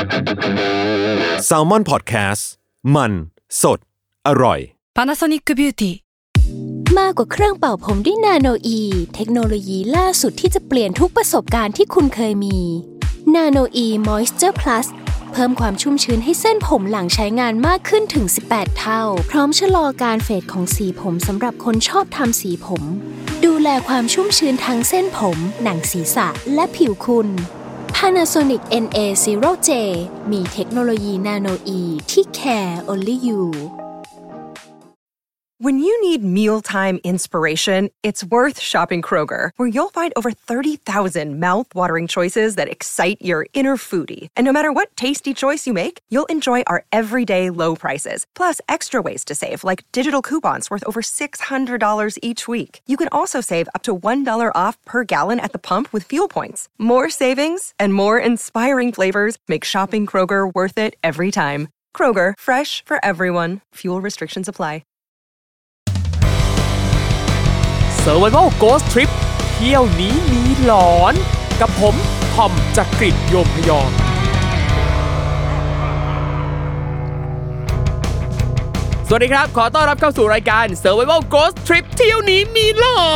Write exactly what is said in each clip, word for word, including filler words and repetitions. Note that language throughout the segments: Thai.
Salmon Podcast มันสดอร่อย Panasonic Beauty มากกว่าเครื่องเป่าผมด้วยนาโนอีเทคโนโลยีล่าสุดที่จะเปลี่ยนทุกประสบการณ์ที่คุณเคยมีนาโนอี Moisture Plus เพิ่มความชุ่มชื้นให้เส้นผมหลังใช้งานมากขึ้นถึงสิบแปดเท่าพร้อมชะลอการเฟดของสีผมสำหรับคนชอบทำสีผมดูแลความชุ่มชื้นทั้งเส้นผมหนังศีรษะและผิวคุณ Panasonic เอ็น เอ ศูนย์ เจ มีเทคโนโลยีนาโนอีที่ care only you When you need mealtime inspiration, it's worth shopping Kroger, where you'll find over thirty thousand mouth-watering choices that excite your inner foodie. And no matter what tasty choice you make, you'll enjoy our everyday low prices, plus extra ways to save, like digital coupons worth over six hundred dollars each week. You can also save up to one dollar off per gallon at the pump with fuel points. More savings and more inspiring flavors make shopping Kroger worth it every time. Kroger, fresh for everyone. Fuel restrictions apply.Survival Ghost Trip เที่ยวนี้มีหลอนกับผมทอมจักริดโยมพยอมสวัสดีครับขอต้อนรับเข้าสู่รายการ Survival Ghost Trip เที่ยวนี้มีหลอน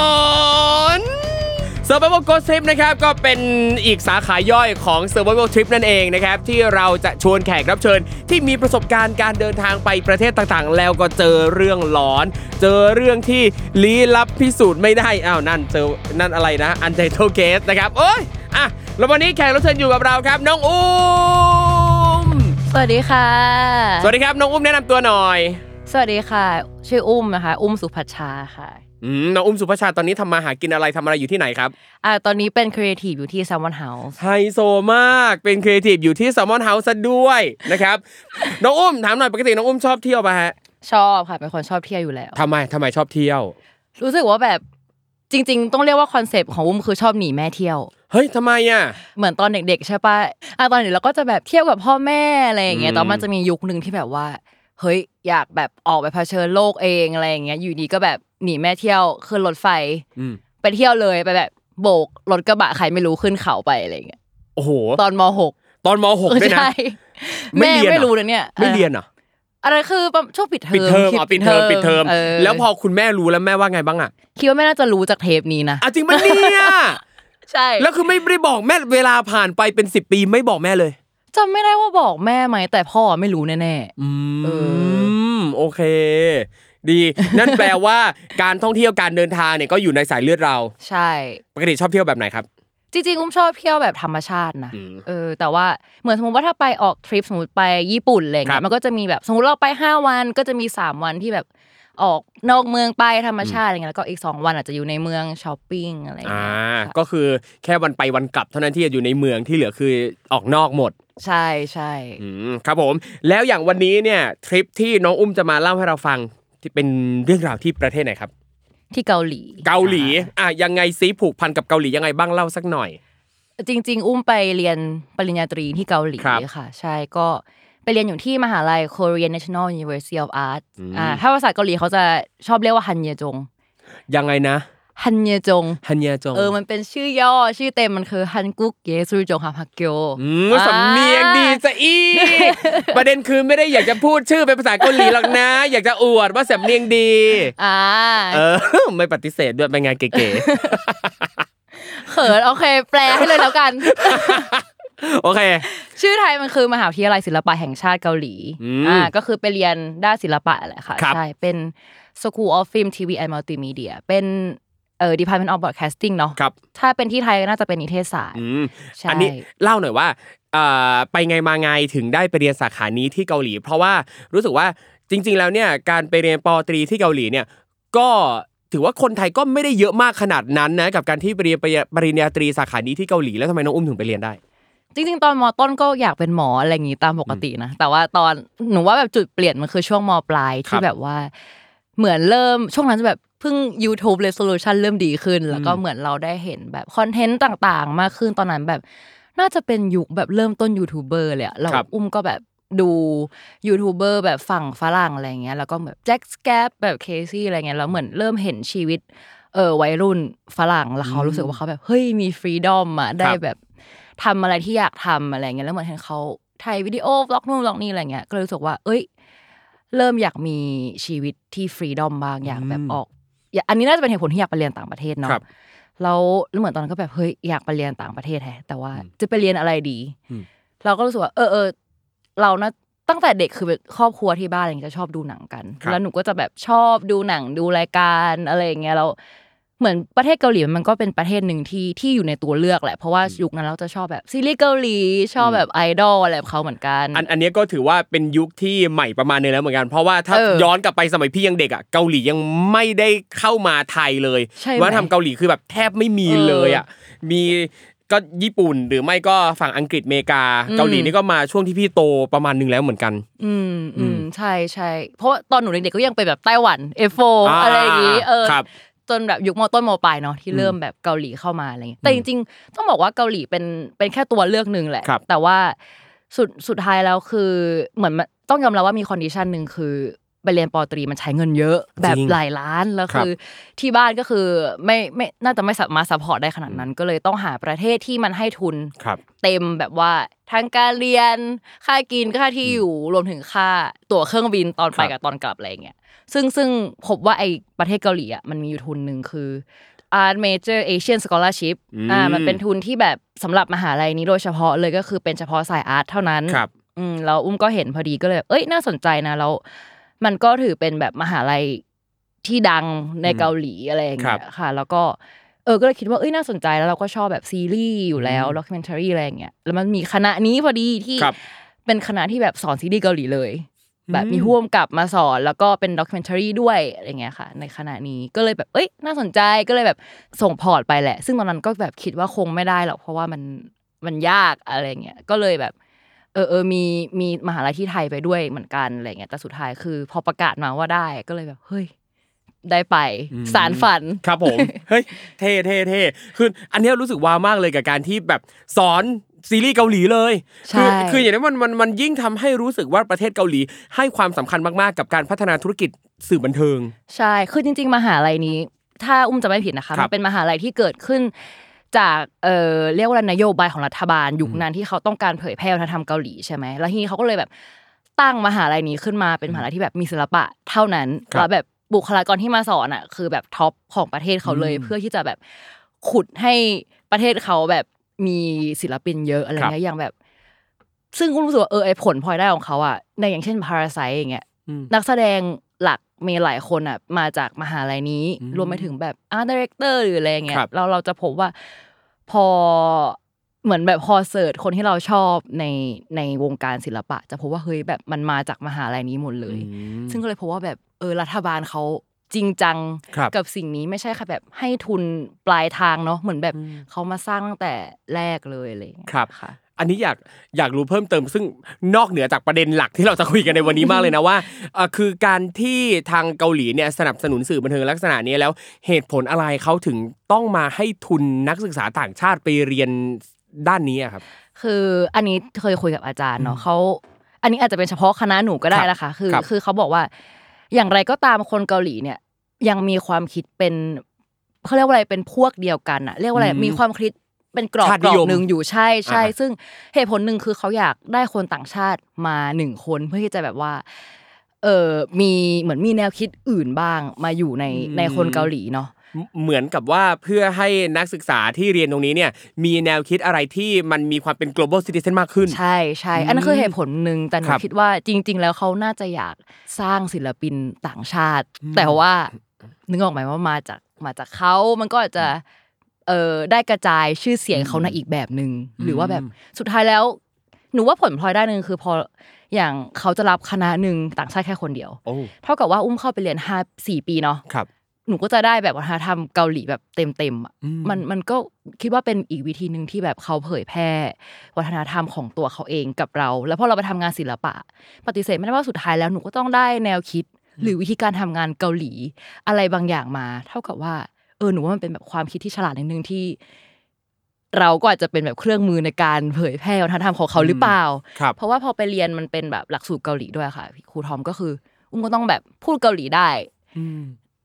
Survival Ghost Trip นะครับก็เป็นอีกสาขาย่อยของ Survival Trip นั่นเองนะครับที่เราจะชวนแขกรับเชิญที่มีประสบการณ์การเดินทางไปประเทศต่างๆแล้วก็เจอเรื่องหลอนเจอเรื่องที่ลี้ลับพิสูจน์ไม่ได้อ้าวนั่นเจอนั่นอะไรนะ Untitled Case นะครับโอ๊ยอ่ะแล้ววันนี้แขกรับเชิญอยู่กับเราครับน้องอุ้มสวัสดีค่ะสวัสดีครับน้องอุ้มแนะนำตัวหน่อยสวัสดีค่ะชื่ออุ้มนะคะอุ้มสุภัชชาค่ะอืมน้องอุ้มสุภัชชาตอนนี้ทำมาหากินอะไรทำอะไรอยู่ที่ไหนครับอ่าตอนนี้เป็นครีเอทีฟอยู่ที่ Salmon House ไฮโซมากเป็นครีเอทีฟอยู่ที่ Salmon House ซะด้วยนะครับ น้องอุ้มถามหน่อยปกติน้องอุ้มชอบเที่ยวป่ะฮะชอบค่ะเป็นคนชอบเที่ยวอยู่แล้วทำไมทำไมชอบเที่ยวรู้สึกว่าแบบจริงๆต้องเรียกว่าคอนเซปต์ของอุ้มคือชอบหนีแม่เที่ยวเฮ้ยทำไมอ่ะเหมือนตอนเด็กๆใช่ป่ะอ่ะตอนเด็กเราก็จะแบบเที่ยวกับพ่อแม่อะไรอย่างเงี้ยตอนมันจะมียุคนึงที่แบบว่าเฮ้ยอยากแบบออกไปเผชิญโลกเองอะไรอย่างเงี้ยอยู่ดีก็แบบหนีแม่เที่ยวขึ้นรถไฟไปเที่ยวเลยไปแบบโบกรถกระบะใครไม่รู้ขึ้นเขาไปอะไรอย่างเงี้ยโอ้โหตอนม.หกตอนม.หกด้วยนะแม่ไม่รู้เลยเนี่ยไม่เรียนเหรออะไรคือช่วงปิดเทอมปิดเทอมอ๋อปิดเทอมปิดเทอมแล้วพอคุณแม่รู้แล้วแม่ว่าไงบ้างอ่ะคิดว่าแม่น่าจะรู้จากเทปนี้นะอ่ะจริงมั้ยเนี่ยใช่แล้วคือไม่ได้บอกแม่เวลาผ่านไปเป็นสิบปีไม่บอกแม่เลยจำไม่ได้ว่าบอกแม่ไหมแต่พ่อไม่รู้แน่ๆอืมโอเคดีนั่นแปลว่าการท่องเที่ยวการเดินทางเนี่ยก็อยู่ในสายเลือดเราใช่ปกติชอบเที่ยวแบบไหนครับจริงๆอุ้มชอบเที่ยวแบบธรรมชาตินะเออแต่ว่าเหมือนสมมุติว่าถ้าไปออกทริปสมมุติไปญี่ปุ่นอะไรเงี้ยมันก็จะมีแบบสมมุติเราไปห้าวันก็จะมีสามวันที่แบบออกนอกเมืองไปธรรมชาติอะไรเงี้ยแล้วก็อีกสองวันอาจจะอยู่ในเมืองช้อปปิ้งอะไรอย่างเงี้ยอ่าก็คือแค่วันไปวันกลับเท่านั้นที่จะอยู่ในเมืองที่เหลือคือออกนอกหมดใช่ๆอืมครับผมแล้วอย่างวันนี้เนี่ยทริปที่น้องอุ้มจะมาเล่าให้เราฟังที่เป็นเรื่องราวที่ประเทศไหนครับที่เกาหลีเกาหลีอ่ะยังไงซิผูกพันกับเกาหลียังไงบ้างเล่าสักหน่อยจริงๆอุ้มไปเรียนปริญญาตรีที่เกาหลีค่ะใช่ก็ไปเรียนอยู่ที่มหาลัย Korean National University of Art อ่าถ้าภาษาเกาหลีเขาจะชอบเรียกว่าฮันเยจงยังไงนะฮันเยจงฮันเยจงเออมันเป็นชื่อย่อชื่อเต็มมันคือฮันกุกเยซูจงฮาฮักเกโออืมสำเนียงดีซะอีประเด็นคือไม่ได้อยากจะพูดชื่อเป็นภาษาเกาหลีหรอกนะอยากจะอวดว่าสำเนียงดีอ่าเออไม่ปฏิเสธด้วยเป็นไงเก๋ๆเขินโอเคแปลให้เลยแล้วกันโอเคชื่อไทยมันคือมหาวิทยาลัยศิลปะแห่งชาติเกาหลีอ่าก็คือไปเรียนด้านศิลปะแหละค่ะใช่เป็น School of Film ที วี and Multimedia เป็นเอ่อ Department of Broadcasting เนาะถ้าเป็นที่ไทยก็น่าจะเป็นนิเทศศาสตร์ใช่อันนี้เล่าหน่อยว่าเอ่อไปไงมาไงถึงได้ไปเรียนสาขานี้ที่เกาหลีเพราะว่ารู้สึกว่าจริงๆแล้วเนี่ยการไปเรียนป.ตรีที่เกาหลีเนี่ยก็ถือว่าคนไทยก็ไม่ได้เยอะมากขนาดนั้นนะกับการที่ไปเรียนปริญญาตรีสาขานี้ที่เกาหลีแล้วทำไมน้องอุ้มถึงไปเรียนได้จริงๆตอนม.ต้นก็อยากเป็นหมออะไรอย่างงี้ตามปกตินะแต่ว่าตอนหนูว่าแบบจุดเปลี่ยนมันคือช่วงม.ปลายที่แบบว่าเหมือนเริ่มช่วงนั้นจะแบบเพิ่ง YouTube resolution เริ่มดีขึ้นแล้วก็เหมือนเราได้เห็นแบบคอนเทนต์ต่างๆมากขึ้นตอนนั้นแบบน่าจะเป็นยุคแบบเริ่มต้นยูทูบเบอร์เลยอ่ะแล้วอุ้มก็แบบดูยูทูบเบอร์แบบฝั่งฝรั่งอะไรเงี้ยแล้วก็แบบแจ็คสแกปแบบเคซี่อะไรเงี้ยแล้วเหมือนเริ่มเห็นชีวิตเออวัยรุ่นฝรั่งแล้วเขารู้สึกว่าเขาแบบเฮ้ยมีฟรีดอมอ่ะได้แบบทำอะไรที่อยากทำอะไรเงี้ยแล้วเหมือนเห็นเขาถ่ายวิดีโอบล็อกนู่นบล็อกนี่อะไรเงี้ยก็เลยรู้สึกว่าเอ้ยเริ่มอยากมีชีวิตที่ฟรีดอมบ้างอยากแบบออกอันนี้น่าจะเป็นเหตุผลที่อยากไปเรียนต่างประเทศเนาะแล้วเหมือนตอนนั้นก็แบบเฮ้ยอยากไปเรียนต่างประเทศแฮะแต่ว่าจะไปเรียนอะไรดีเราก็รู้สึกว่าเออเออเรานะตั้งแต่เด็กคือครอบครัวที่บ้านอะไรเงี้ยจะชอบดูหนังกันแล้วหนูก็จะแบบชอบดูหนังดูรายการอะไรอย่างเงี้ยแล้วเหมือนประเทศเกาหลีมันก็เป็นประเทศนึงที่ที่อยู่ในตัวเลือกแหละเพราะว่ายุคนั้นเราจะชอบแบบซีรีส์เกาหลีชอบแบบไอดอลอะไรแบบเขาเหมือนกันอันอันนี้ก็ถือว่าเป็นยุคที่ใหม่ประมาณนึงแล้วเหมือนกันเพราะว่าถ้าย้อนกลับไปสมัยพี่ยังเด็กอ่ะเกาหลียังไม่ได้เข้ามาไทยเลยว่าทำเกาหลีคือแบบแทบไม่มีเลยอ่ะมีก็ญี่ปุ่นหรือไม่ก็ฝั่งอังกฤษอเมริกาเกาหลีนี่ก็มาช่วงที่พี่โตประมาณนึงแล้วเหมือนกันอืมอืมใช่ๆเพราะตอนหนูเด็กๆก็ยังไปแบบไต้หวัน เอฟ โฟร์ อะไรอย่างงี้เออจนแบบยุคม.ต้นม.ปลายเนาะที่เริ่มแบบเกาหลีเข้ามาอะไรอย่างเงี้ยแต่จริงๆต้องบอกว่าเกาหลีเป็นเป็นแค่ตัวเลือกนึงแหละแต่ว่าสุดสุดท้ายแล้วคือเหมือนต้องยอมรับว่ามีคอนดิชันนึงคือไปเรียนป.ตรีมันใช้เงินเยอะแบบหลายล้านแล้วคือที่บ้านก็คือไม่ไม่น่าจะไม่สามารถซัพพอร์ตได้ขนาดนั้นก็เลยต้องหาประเทศที่มันให้ทุนเต็มแบบว่าทั้งการเรียนค่ากินค่าที่อยู่รวมถึงค่าตั๋วเครื่องบินตอนไปกับตอนกลับอะไรอย่างเงี้ยซึ่งซึ่งพบว่าไอ้ประเทศเกาหลีอ่ะมันมีอยู่ทุนนึงคือ Art Major Asian Scholarship อ่ามันเป็นทุนที่แบบสำหรับมหาลัยนี้โดยเฉพาะเลยก็คือเป็นเฉพาะสายอาร์ตเท่านั้นอืมแล้วอุ้มก็เห็นพอดีก็เลยเอ้ยน่าสนใจนะแล้วมันก็ถือเป็นแบบมหาลัยที่ดังในเกาหลีอะไรอย่างเงี้ยค่ะแล้วก็เออก็เลยคิดว่าเอ้ยน่าสนใจแล้วเราก็ชอบแบบซีรีส์อยู่แล้วด็อกิเมนทารีอะไรอย่างเงี้ยแล้วมันมีคณะนี้พอดีที่เป็นคณะที่แบบสอนซีรีส์เกาหลีเลยแบบมีผู้กำกับมาสอนแล้วก็เป็นด็อกิเมนทารีด้วยอะไรเงี้ยค่ะในคณะนี้ก็เลยแบบเอ้ยน่าสนใจก็เลยแบบส่งพอร์ตไปแหละซึ่งตอนนั้นก็แบบคิดว่าคงไม่ได้หรอกเพราะว่ามันมันยากอะไรเงี้ยก็เลยแบบเออเออมีมีมหาลัยที่ไทยไปด้วยเหมือนกันอะไรเงี้ยแต่สุดท้ายคือพอประกาศมาว่าได้ก็เลยแบบเฮ้ยได้ไปสารฝันครับผมเฮ้ยเท่เท่เท่คืออันนี้รู้สึกว้าวมากเลยกับการที่แบบสอนซีรีส์เกาหลีเลยคือคืออย่างนี้มันมันมันยิ่งทำให้รู้สึกว่าประเทศเกาหลีให้ความสำคัญมากๆกับการพัฒนาธุรกิจสื่อบันเทิงใช่คือจริงๆมหาลัยนี้ถ้าอุ้มจะไม่ผิดนะคะมันเป็นมหาลัยที่เกิดขึ้นจากเอ่อเรียกว่านโยบายของรัฐบาลยุคนั้นที่เขาต้องการเผยแพร่วัฒนธรรมเกาหลีใช่ไหมแล้วทีนี้เขาก็เลยแบบตั้งมหาลัยนี้ขึ้นมาเป็นมหาลัยที่แบบมีศิลปะเท่านั้นแล้วแบบบุคลากรที่มาสอนอ่ะคือแบบท็อปของประเทศเขาเลยเพื่อที่จะแบบขุดให้ประเทศเขาแบบมีศิลปินเยอะอะไรเงี้ยอย่างแบบซึ่งก็รู้สึกว่าเออไอ้ผลพลอยได้ของเขาอ่ะในอย่างเช่น Parasite อย่างเงี้ยนักแสดงหลักมีหลายคนอ่ะมาจากมหาลัยนี้รวมไปถึงแบบ Art Director หรืออะไรเงี้ยเราเราจะพบว่าพอเหมือนแบบพอเสิร์ชคนที่เราชอบในในวงการศิลปะจะพบว่าเฮ้ยแบบมันมาจากมหาลัยนี้หมดเลยซึ่งก็เลยพบว่าแบบเออรัฐบาลเขาจริงจังกับสิ่งนี้ไม่ใช่แค่แบบให้ทุนปลายทางเนาะเหมือนแบบเขามาสร้างตั้งแต่แรกเลยอะไรอย่างเงี้ยค่ะอันนี้อยากอยากรู้เพิ่มเติมซึ่งนอกเหนือจากประเด็นหลักที่เราจะคุยกันในวันนี้มากเลยนะว่าเอ่อคือการที่ทางเกาหลีเนี่ยสนับสนุนสื่อบันเทิงลักษณะนี้แล้วเหตุผลอะไรเขาถึงต้องมาให้ทุนนักศึกษาต่างชาติไปเรียนด้านนี้อ่ะครับคืออันนี้เคยคุยกับอาจารย์เนาะเขาอันนี้อาจจะเป็นเฉพาะคณะหนูก็ได้นะคะคือคือเขาบอกว่าอย่างไรก็ตามคนเกาหลีเนี่ยยังมีความคิดเป็นเขาเรียกว่าอะไรเป็นพวกเดียวกันอะเรียกว่าอะไรมีความคิดเป็นกรอบกรอบนึงอยู่ใช่ใช่ซึ่งเหตุผลนึงคือเขาอยากได้คนต่างชาติมาหนึ่งคนเพื่อที่จะแบบว่าเออมีเหมือนมีแนวคิดอื่นบ้างมาอยู่ในในคนเกาหลีเนาะเหมือนกับว่าเพื่อให้นักศึกษาที่เรียนตรงนี้เนี่ยมีแนวคิดอะไรที่มันมีความเป็น global citizen มากขึ้นใช่ๆอันนั้นคือเหตุผลนึงแต่หนูคิดว่าจริงๆแล้วเขาน่าจะอยากสร้างศิลปินต่างชาติแต่ว่านึกออกไหมว่ามาจากมาจากเขามันก็อาจจะเอ่อได้กระจายชื่อเสียงเขาในอีกแบบนึงหรือว่าแบบสุดท้ายแล้วหนูว่าผลพลอยได้นึงคือพออย่างเขาจะรับคณะนึงต่างชาติแค่คนเดียวเท่ากับว่าอุ้มเข้าไปเรียนห้า สี่ปีเนาะหนูก็จะได้แบบวัฒนธรรมเกาหลีแบบเต็มๆอ่ะมันมันก็คิดว่าเป็นอีกวิธีนึงที่แบบเขาเผยแพร่วัฒนธรรมของตัวเขาเองกับเราแล้วพอเราไปทำงานศิลปะปฏิเสธไม่ได้ว่าสุดท้ายแล้วหนูก็ต้องได้แนวคิดหรือวิธีการทำงานเกาหลีอะไรบางอย่างมาเท่ากับว่าเออหนูว่ามันเป็นแบบความคิดที่ฉลาดนิดนึงที่เราก็อาจจะเป็นแบบเครื่องมือในการเผยแพร่วัฒนธรรมของเขาหรือเปล่าเพราะว่าพอไปเรียนมันเป็นแบบหลักสูตรเกาหลีด้วยค่ะครูทอมก็คืออุ้มก็ต้องแบบพูดเกาหลีได้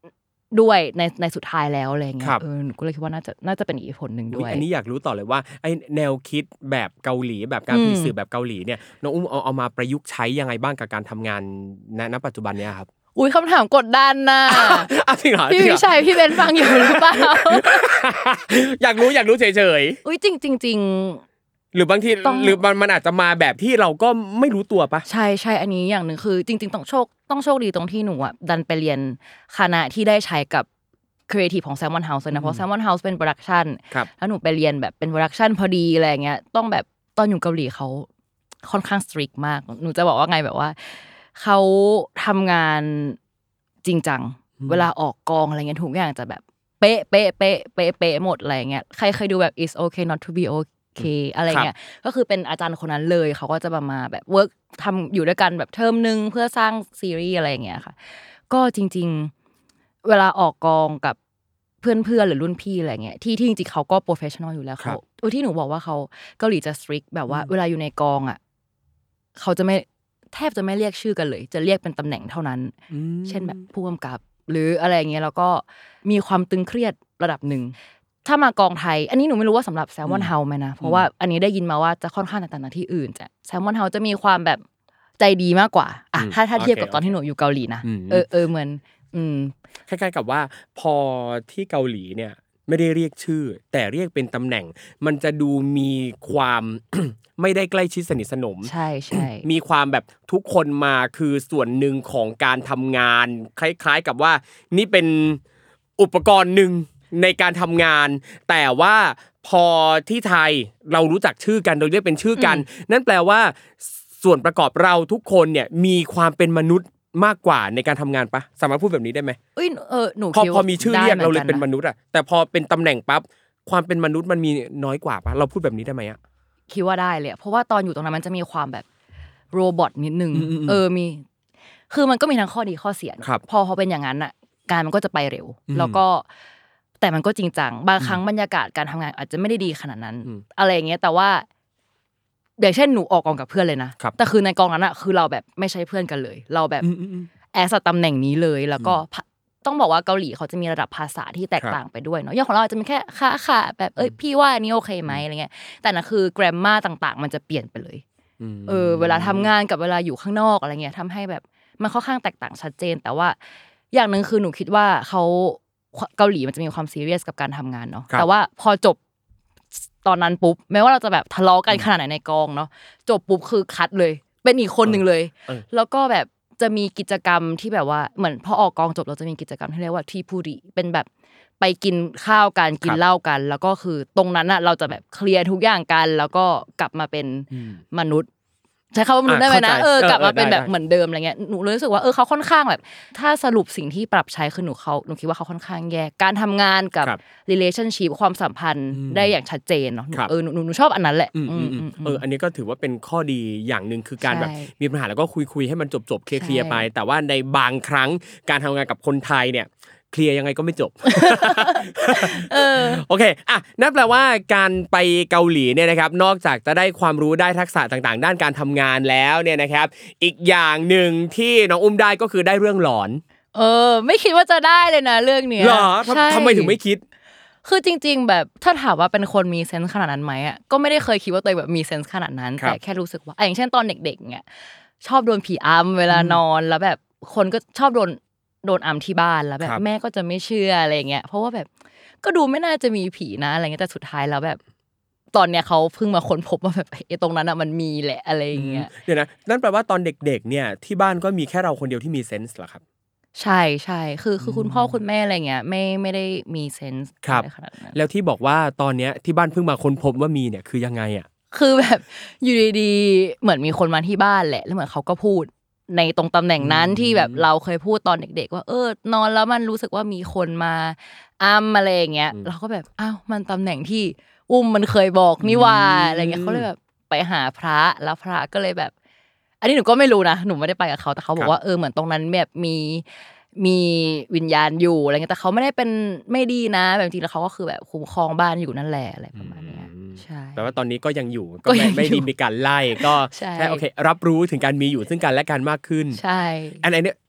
ด้วยในในสุดท้ายแล้วอะไรเงี้ยเออก็เลยคิดว่าน่าจะน่าจะเป็นอีกผลนึงด้วยอันนี้อยากรู้ต่อเลยว่าไอ้แนวคิดแบบเกาหลีแบบการผลิตสื่อแบบเกาหลีเนี่ยน้องอุ้มเอาเอามาประยุกต์ใช้ยังไงบ้างกับการทำงานณณปัจจุบันเนี้ยครับอุ้ยคำถามกดดันน่ะจริงเหรอพี่วิชัยพี่เบนฟังอยู่หรือเปล่าอยากรู้อยากรู้เฉยๆอุ้ยจริงจริงหรือบางทีหรือมันมันอาจจะมาแบบที่เราก็ไม่รู้ตัวปะใช่ใช่อันนี้อย่างหนึ่งคือจริงๆต้องโชคต้องโชคดีตรงที่หนูอ่ะดันไปเรียนคณะที่ได้ใช้กับครีเอทีฟของ Salmon House เลยนะเพราะ Salmon House เป็นโปรดักชันแล้วหนูไปเรียนแบบเป็นโปรดักชันพอดีอะไรเงี้ยต้องแบบตอนอยู่เกาหลีเขาค่อนข้างสตริกมากหนูจะบอกว่าไงแบบว่าเขาทำงานจริงจังเวลาออกกองอะไรเงี้ยทุกอย่างจะแบบเป๊ะเป๊ะเป๊ะเป๊ะเป๊ะหมดอะไรเงี้ยใครเคยดูแบบ is okay not to be okay อะไรเงี้ยก็คือเป็นอาจารย์คนนั้นเลยเขาก็จะมาแบบเวิร์กทำอยู่ด้วยกันแบบเทอมนึงเพื่อสร้างซีรีส์อะไรเงี้ยค่ะก็จริงๆเวลาออกกองกับเพื่อนๆหรือรุ่นพี่อะไรเงี้ยที่ที่จริงๆเขาก็โปรเฟสชั่นอลอยู่แล้วเขาตัวที่หนูบอกว่าเขาเกาหลีจะสตริกแบบว่าเวลาอยู่ในกองอ่ะเขาจะไม่แทบจะไม่เรียกชื่อกันเลยจะเรียกเป็นตำแหน่งเท่านั้นเช่นแบบผู้กำกับหรืออะไรเงี้ยแล้วก็มีความตึงเครียดระดับหนึ่งถ้ามากองไทยอันนี้หนูไม่รู้ว่าสำหรับ Salmon House มั้ยนะเพราะว่าอันนี้ได้ยินมาว่าจะค่อนข้างแตกต่างจากที่อื่นจ้ะ Salmon House จะมีความแบบใจดีมากกว่าอ่ะถ้าถ้าเทียบกับตอนที่หนูอยู่เกาหลีนะเออเออเหมือนอืมคล้ายๆกับว่าพอที่เกาหลีเนี่ยไม่ได้เรียกชื่อแต่เรียกเป็นตำแหน่งมันจะดูมีความ ไม่ได้ใกล้ชิดสนิทสนมใช่ใช่มีความแบบทุกคนมาคือส่วนหนึ่งของการทำงานคล้ายๆกับว่านี่เป็นอุปกรณ์หนึ่งในการทำงานแต่ว่าพอที่ไทยเรารู้จักชื่อกันโดยเรียกเป็นชื่อกันนั่นแปลว่าส่วนประกอบเราทุกคนเนี่ยมีความเป็นมนุษย์มากกว่าในการทำงานปะสามารถพูดแบบนี้ได้ไหมเอ้ยเออหนูพอพอมีชื่อเรียกเราเลยเป็นมนุษย์อะแต่พอเป็นตำแหน่งปั๊บความเป็นมนุษย์มันมีน้อยกว่าปะเราพูดแบบนี้ได้ไหมอะคิดว่าได้เลยเพราะว่าตอนอยู่ตรงนั้นมันจะมีความแบบโรบอทนิดนึงเออมีคือมันก็มีทั้งข้อดีข้อเสียพอพอเป็นอย่างนั้นอะการมันก็จะไปเร็วแล้วก็แต่มันก็จริงจังบางครั้งบรรยากาศการทำงานอาจจะไม่ได้ดีขนาดนั้นอะไรอย่างเงี้ยแต่ว่าอย่างเช่นหนูออกกองกับเพื่อนเลยนะแต่คือในกองนั้นอะคือเราแบบไม่ใช่เพื่อนกันเลยเราแบบแอสตำแหน่งนี้เลยแล้วก็ต้องบอกว่าเกาหลีเขาจะมีระดับภาษาที่แตกต่างไปด้วยเนาะอย่างของเราอาจจะมีแค่ค่ะค่ะแบบเอ้ยพี่ว่าอันนี้โอเคไหมอะไรเงี้ยแต่นั่นคือแกรมมาต่างๆมันจะเปลี่ยนไปเลยเออเวลาทำงานกับเวลาอยู่ข้างนอกอะไรเงี้ยทำให้แบบมันค่อนข้างแตกต่างชัดเจนแต่ว่าอย่างนึงคือหนูคิดว่าเขาเกาหลีมันจะมีความซีเรียสกับการทำงานเนาะแต่ว่าพอจบตอนนั้นปุ๊บแม้ว่าเราจะแบบทะเลาะกันขนาดไหนในกองเนาะจบปุ๊บคือคัดเลยเป็นอีกคนนึงเลยแล้วก็แบบจะมีกิจกรรมที่แบบว่าเหมือนพอออกกองจบเราจะมีกิจกรรมที่เรียกว่าที่พูดิเป็นแบบไปกินข้าวกันกินเหล้ากันแล้วก็คือตรงนั้นน่ะเราจะแบบเคลียร์ทุกอย่างกันแล้วก็กลับมาเป็นมนุษย์ใช้คำว่ามนุษย์ได้ไหมนะเออกลับมาเป็นแบบเหมือนเดิมอะไรเงี้ยหนูรู้สึกว่าเออเขาค่อนข้างแบบถ้าสรุปสิ่งที่ปรับใช้คือหนูเขาหนูคิดว่าเขาค่อนข้างแยกการทำงานกับ relationship ความสัมพันธ์ได้อย่างชัดเจนเนาะเออหนูหนูชอบอันนั้นแหละเอออันนี้ก็ถือว่าเป็นข้อดีอย่างนึงคือการแบบมีปัญหาแล้วก็คุยๆให้มันจบๆเคลียร์ไปแต่ว่าในบางครั้งการทำงานกับคนไทยเนี่ยเคลียร์ยังไงก็ไม่จบเออโอเคอ่ะนั่นแปลว่าการไปเกาหลีเนี่ยนะครับนอกจากจะได้ความรู้ได้ทักษะต่างๆด้านการทำงานแล้วเนี่ยนะครับอีกอย่างนึงที่น้องอุ้มได้ก็คือได้เรื่องหลอนเออไม่คิดว่าจะได้เลยนะเรื่องเนี้ยหรอทำไมถึงไม่คิดคือจริงๆแบบถ้าถามว่าเป็นคนมีเซนส์ขนาดนั้นไหมอ่ะก็ไม่ได้เคยคิดว่าตัวเองแบบมีเซนส์ขนาดนั้นแต่แค่รู้สึกว่าอย่างเช่นตอนเด็กๆเนี่ยชอบโดนผีอำเวลานอนแล้วแบบคนก็ชอบโดนโดนอำที่บ้านแล้วแบบแม่ก็จะไม่เชื่ออะไรเงี้ยเพราะว่าแบบก็ดูไม่น่าจะมีผีนะอะไรเงี้ยแต่สุดท้ายแล้วแบบตอนเนี้ยเขาเพิ่งมาค้นพบว่าแบบไอ้ตรงนั้นอ่ะมันมีแหละอะไรอย่างเงี้ยเดี๋ยวนะนั่นแปลว่าตอนเด็กๆเนี่ยที่บ้านก็มีแค่เราคนเดียวที่มีเซนส์เหรอครับใช่ใช่คือคือคุณพ่อคุณแม่อะไรเงี้ยไม่ไม่ได้มีเซนส์อะไรขนาดนั้นแล้วที่บอกว่าตอนเนี้ยที่บ้านเพิ่งมาค้นพบว่ามีเนี่ยคือยังไงอ่ะคือแบบอยู่ดีๆเหมือนมีคนมาที่บ้านแหละแล้วเหมือนเขาก็พูดในตรงตำแหน่งนั้นที่แบบเราเคยพูดตอนเด็กๆว่าเออนอนแล้วมันรู้สึกว่ามีคนมาอ้ำอะไรอย่างเงี้ยเราก็แบบอ้าวมันตำแหน่งที่อุ้มมันเคยบอกนี่ว่าอะไรเงี้ยเขาเลยแบบไปหาพระแล้วพระก็เลยแบบอันนี้หนูก็ไม่รู้นะหนูไม่ได้ไปกับเขาแต่เขาบอกว่าเออเหมือนตรงนั้นแบบมีมีวิญญาณอยู่อะไรเงี้ยแต่เขาไม่ได้เป็นไม่ดีนะแบบจริงๆแล้วเขาก็คือแบบคุ้มครองบ้านอยู่นั่นแหละอะไรประมาณนี้ใช่แต่ว่าตอนนี้ก็ยังอยู่ก็ไม่ไม่ได้มีการไล่ก็แค่โอเครับรู้ถึงการมีอยู่ซึ่งกันและกันมากขึ้นใช่อันนี้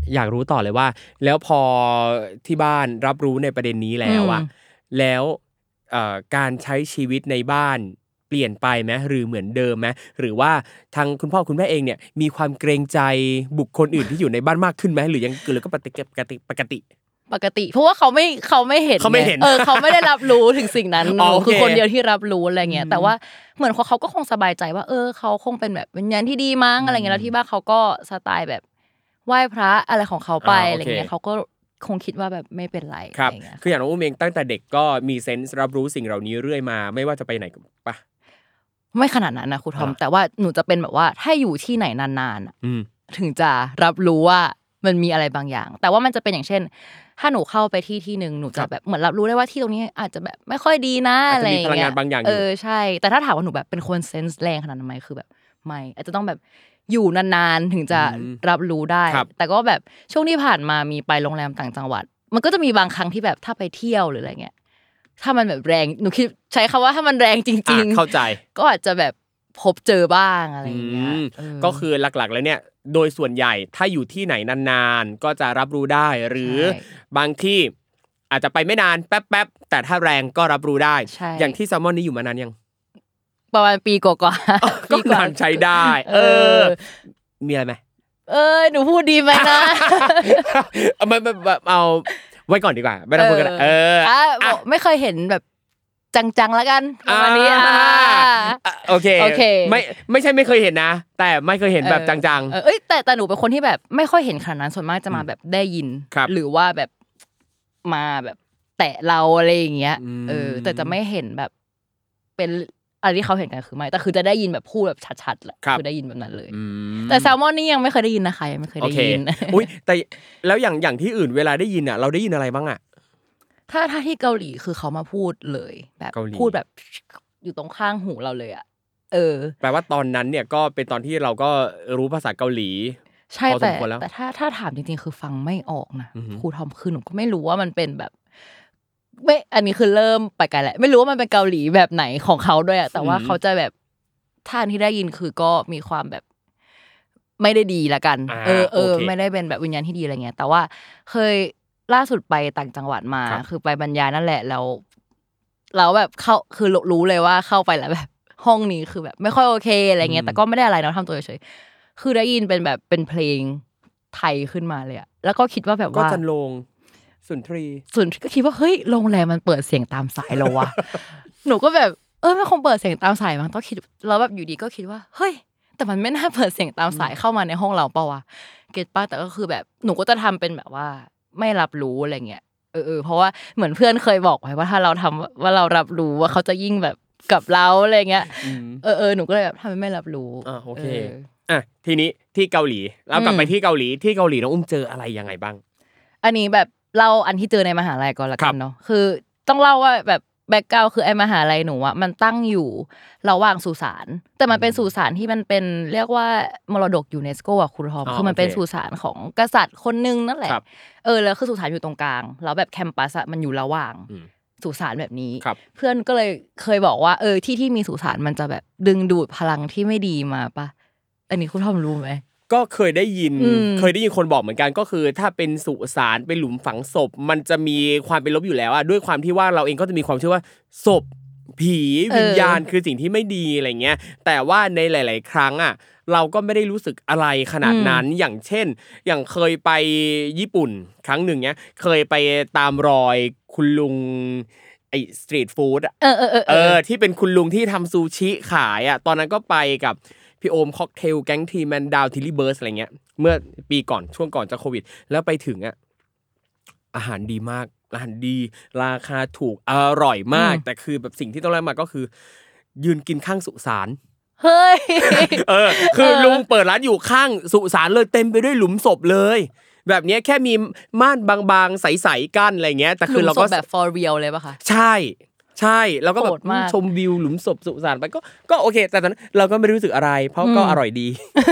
อยากรู้ต่อเลยว่าแล้วพอที่บ้านรับรู้ในประเด็นนี้แล้วอะแล้วเอ่อการใช้ชีวิตในบ้านเปลี่ยนไปไหมหรือเหมือนเดิมไหมหรือว่าทางคุณพ่อคุณแม่เองเนี่ยมีความเกรงใจบุคคลอื่นที่อยู่ในบ้านมากขึ้นไหมหรือยังหรือก็ปกติปกติปกติปกติเพราะว่าเขาไม่เขาไม่เห็นเขาไม่เห็นเออเขาไม่ได้รับรู้ถึงสิ่งนั้นหนูคือคนเดียวที่รับรู้อะไรเงี้ยแต่ว่าเหมือนเขาก็คงสบายใจว่าเออเขาคงเป็นแบบวิญญาณที่ดีมั้งอะไรเงี้ยแล้วที่บ้านเขาก็สไตล์แบบไหว้พระอะไรของเขาไปอะไรเงี้ยเขาก็คงคิดว่าแบบไม่เป็นไรอะไรเงี้ยคืออย่างน้องอุ้มเองตั้งแต่เด็กก็มีเซนส์รับรู้สิ่งเหล่านี้เรื่อยมาไม่ว่าจะไปไหนปะไม่ขนาดนั้นนะครูทอมแต่ว่าหนูจะเป็นแบบว่าถ้าอยู่ที่ไหนนานๆถึงจะรับรู้ว่ามันมีอะไรบางอย่างแต่ว่ามันจะเป็นอย่างเช่นถ้าหนูเข้าไปที่ที่นึงหนูจะแบบเหมือนรับรู้ได้ว่าที่ตรงนี้อาจจะแบบไม่ค่อยดีนะอะไรอย่างเงี้ยเออใช่แต่ถ้าถามว่าหนูแบบเป็นคนเซนส์แรงขนาดนั้นไหมคือแบบไม่อาจจะต้องแบบอยู่นานๆถึงจะรับรู้ได้แต่ก็แบบช่วงที่ผ่านมามีไปโรงแรมต่างจังหวัดมันก็จะมีบางครั้งที่แบบถ้าไปเที่ยวหรืออะไรเงี้ยถ้ามันแบบแรงหนูคิดใช้คำว่าถ้ามันแรงจริงๆเข้าใจก็อาจจะแบบพบเจอบ้างอะไรอย่างเงี้ยก็คือหลักๆแล้วเนี่ยโดยส่วนใหญ่ถ้าอยู่ที่ไหนนานๆก็จะรับรู้ได้หรือบางที่อาจจะไปไม่นานแป๊บๆแต่ถ้าแรงก็รับรู้ได้อย่างที่แซลมอนนี้อยู่มานานยังประมาณปีกว่าๆก็นานใช้ได้เออมีอะไรไหมเออหนูพูดดีไหมนะเอาแบบเอาไว้ก่อนดีกว่าไม่ต้องพูดกันเออไม่เคยเห็นแบบจังๆแล้วกันประมาณนี้อ่าโอเคโอเคไม่ไม่ใช่ไม่เคยเห็นนะแต่ไม่เคยเห็นแบบจังๆเอ้ยแต่แต่หนูเป็นคนที่แบบไม่ค่อยเห็นขนาดนั้นส่วนมากจะมาแบบได้ยินหรือว่าแบบมาแบบแตะเราอะไรอย่างเงี้ยเออแต่จะไม่เห็นแบบเป็นอะไรที่เขาเห็นกันคือไม่แต่คือจะได้ยินแบบพูดแบบชัดๆแหละคือได้ยินแบบนั้นเลยแต่แซลมอนนี่ยังไม่เคยได้ยินนะคะยังไม่เคยได้ยินอุ้ยแต่แล้วอย่างอย่างที่อื่นเวลาได้ยินอ่ะเราได้ยินอะไรบ้างอ่ะถ้าถ้าที่เกาหลีคือเขามาพูดเลยแบบพูดแบบอยู่ตรงข้างหูเราเลยอ่ะเออแปลว่าตอนนั้นเนี่ยก็เป็นตอนที่เราก็รู้ภาษาเกาหลีใช่แต่แต่ถ้าถ้าถามจริงๆคือฟังไม่ออกนะครูทอมคือหนูก็ไม่รู้ว่ามันเป็นแบบไม่อันนี้คือเริ่มไปไกลแล้วไม่รู้ว่ามันเป็นเกาหลีแบบไหนของเขาด้วยอ่ะแต่ว่าเขาจะแบบท่านที่ได้ยินคือก็มีความแบบไม่ได้ดีละกันเออเออไม่ได้เป็นแบบวิญญาณที่ดีอะไรเงี้ยแต่ว่าเคยล่าสุดไปต่างจังหวัดมาคือไปบรรยายนั่นแหละแล้วแล้วแบบเข้าคือรู้เลยว่าเข้าไปแล้วแบบห้องนี้คือแบบไม่ค่อยโอเคอะไรเงี้ยแต่ก็ไม่ได้อะไรเนาะทำตัวเฉยๆคือได้ยินเป็นแบบเป็นเพลงไทยขึ้นมาเลยอะแล้วก็คิดว่าแบบว่าก็จันโรงสุนทรีสุนก็คิดว่าเฮ้ยโรงแรมมันเปิดเสียงตามสายแล้ววะหนูก็แบบเออมันคงเปิดเสียงตามสายมั้งต้องคิดแล้วแบบอยู่ดีก็คิดว่าเฮ้ยแต่มันไม่น่าเปิดเสียงตามสายเข้ามาในห้องเราเปล่าวะเก็ทป่ะแต่ก็คือแบบหนูก็จะทำเป็นแบบว่าไม่รับรู้อะไรเงี้ยเออๆเพราะว่าเหมือนเพื่อนเคยบอกไว้ว่าถ้าเราทำว่าเรารับรู้ว่าเขาจะยิ่งแบบกับเราอะไรเงี้ยเออๆหนูก็เลยแบบทำเป็นไม่รับรู้อ่าโอเคอ่ะทีนี้ที่เกาหลีเรากลับไปที่เกาหลีที่เกาหลีน้องอุ้มเจออะไรยังไงบ้างอันนี้แบบเล่าอันที่เจอในมหาลัยก่อนละกันเนาะคือต้องเล่าว่าแบบแบ็คกราวด์คือไอ้มหาลัยหนูอ่ะมันตั้งอยู่ระหว่างสุสานแต่มันเป็นสุสานที่มันเป็นเรียกว่ามรดกยูเนสโกอ่ะครูทอมคือมันเป็นสุสานของกษัตริย์คนนึงนั่นแหละเออแล้วคือสุสานอยู่ตรงกลางแล้วแบบแคมปัสอ่ะมันอยู่ระหว่างสุสานแบบนี้เพื่อนก็เลยเคยบอกว่าเออที่ที่มีสุสานมันจะแบบดึงดูดพลังที่ไม่ดีมาปะอันนี้ครูทอมรู้ไหมก็เคยได้ยินเคยได้ยินคนบอกเหมือนกันก็คือถ้าเป็นสุสานเป็นหลุมฝังศพมันจะมีความเป็นลบอยู่แล้วอ่ะด้วยความที่ว่าเราเองก็จะมีความเชื่อว่าศพผีวิญญาณคือสิ่งที่ไม่ดีอะไรเงี้ยแต่ว่าในหลายๆครั้งอ่ะเราก็ไม่ได้รู้สึกอะไรขนาดนั้นอย่างเช่นอย่างเคยไปญี่ปุ่นครั้งหนึ่งเนี้ยเคยไปตามรอยคุณลุงไอ้สตรีทฟู้ดอ่ะเออเออเออที่เป็นคุณลุงที่ทำซูชิขายอ่ะตอนนั้นก็ไปกับพี่โอมค็อกเทลแก๊งทีแมนดาวทิลลี่เบิร์สอะไรเงี้ยเมื่อปีก่อนช่วงก่อนจะโควิดแล้วไปถึงอ่ะอาหารดีมากอาหารดีราคาถูกอร่อยมากแต่คือแบบสิ่งที่ต้องแลกมาก็คือยืนกินข้างสุสานเฮ้ยเออคือลุงเปิดร้านอยู่ข้างสุสานเลยเต็มไปด้วยหลุมศพเลยแบบนี้แค่มีม่านบางๆใสๆกั้นอะไรเงี้ยแต่คือเราก็แบบ for real เลยป่ะคะใช่ใช่แล้วก็แบบชมวิวหลุมศพสุสานไปก็ก็โอเคแต่ตอนนั้นเราก็ไม่รู้สึกอะไรเพราะก็อร่อยดี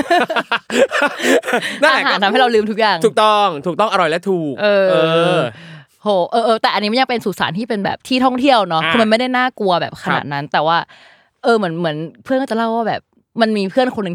นั่นแหละทำให้เราลืมทุกอย่างถูกต้องถูกต้องอร่อยและถูกเออโหเออๆแต่อันนี้มันยังเป็นสุสานที่เป็นแบบที่ท่องเที่ยวเนาะคือมันไม่ได้น่ากลัวแบบขนาดนั้นแต่ว่าเออเหมือนเหมือนเพื่อนก็จะเล่าว่าแบบมันมีเพื่อนคนนึงที่แบบ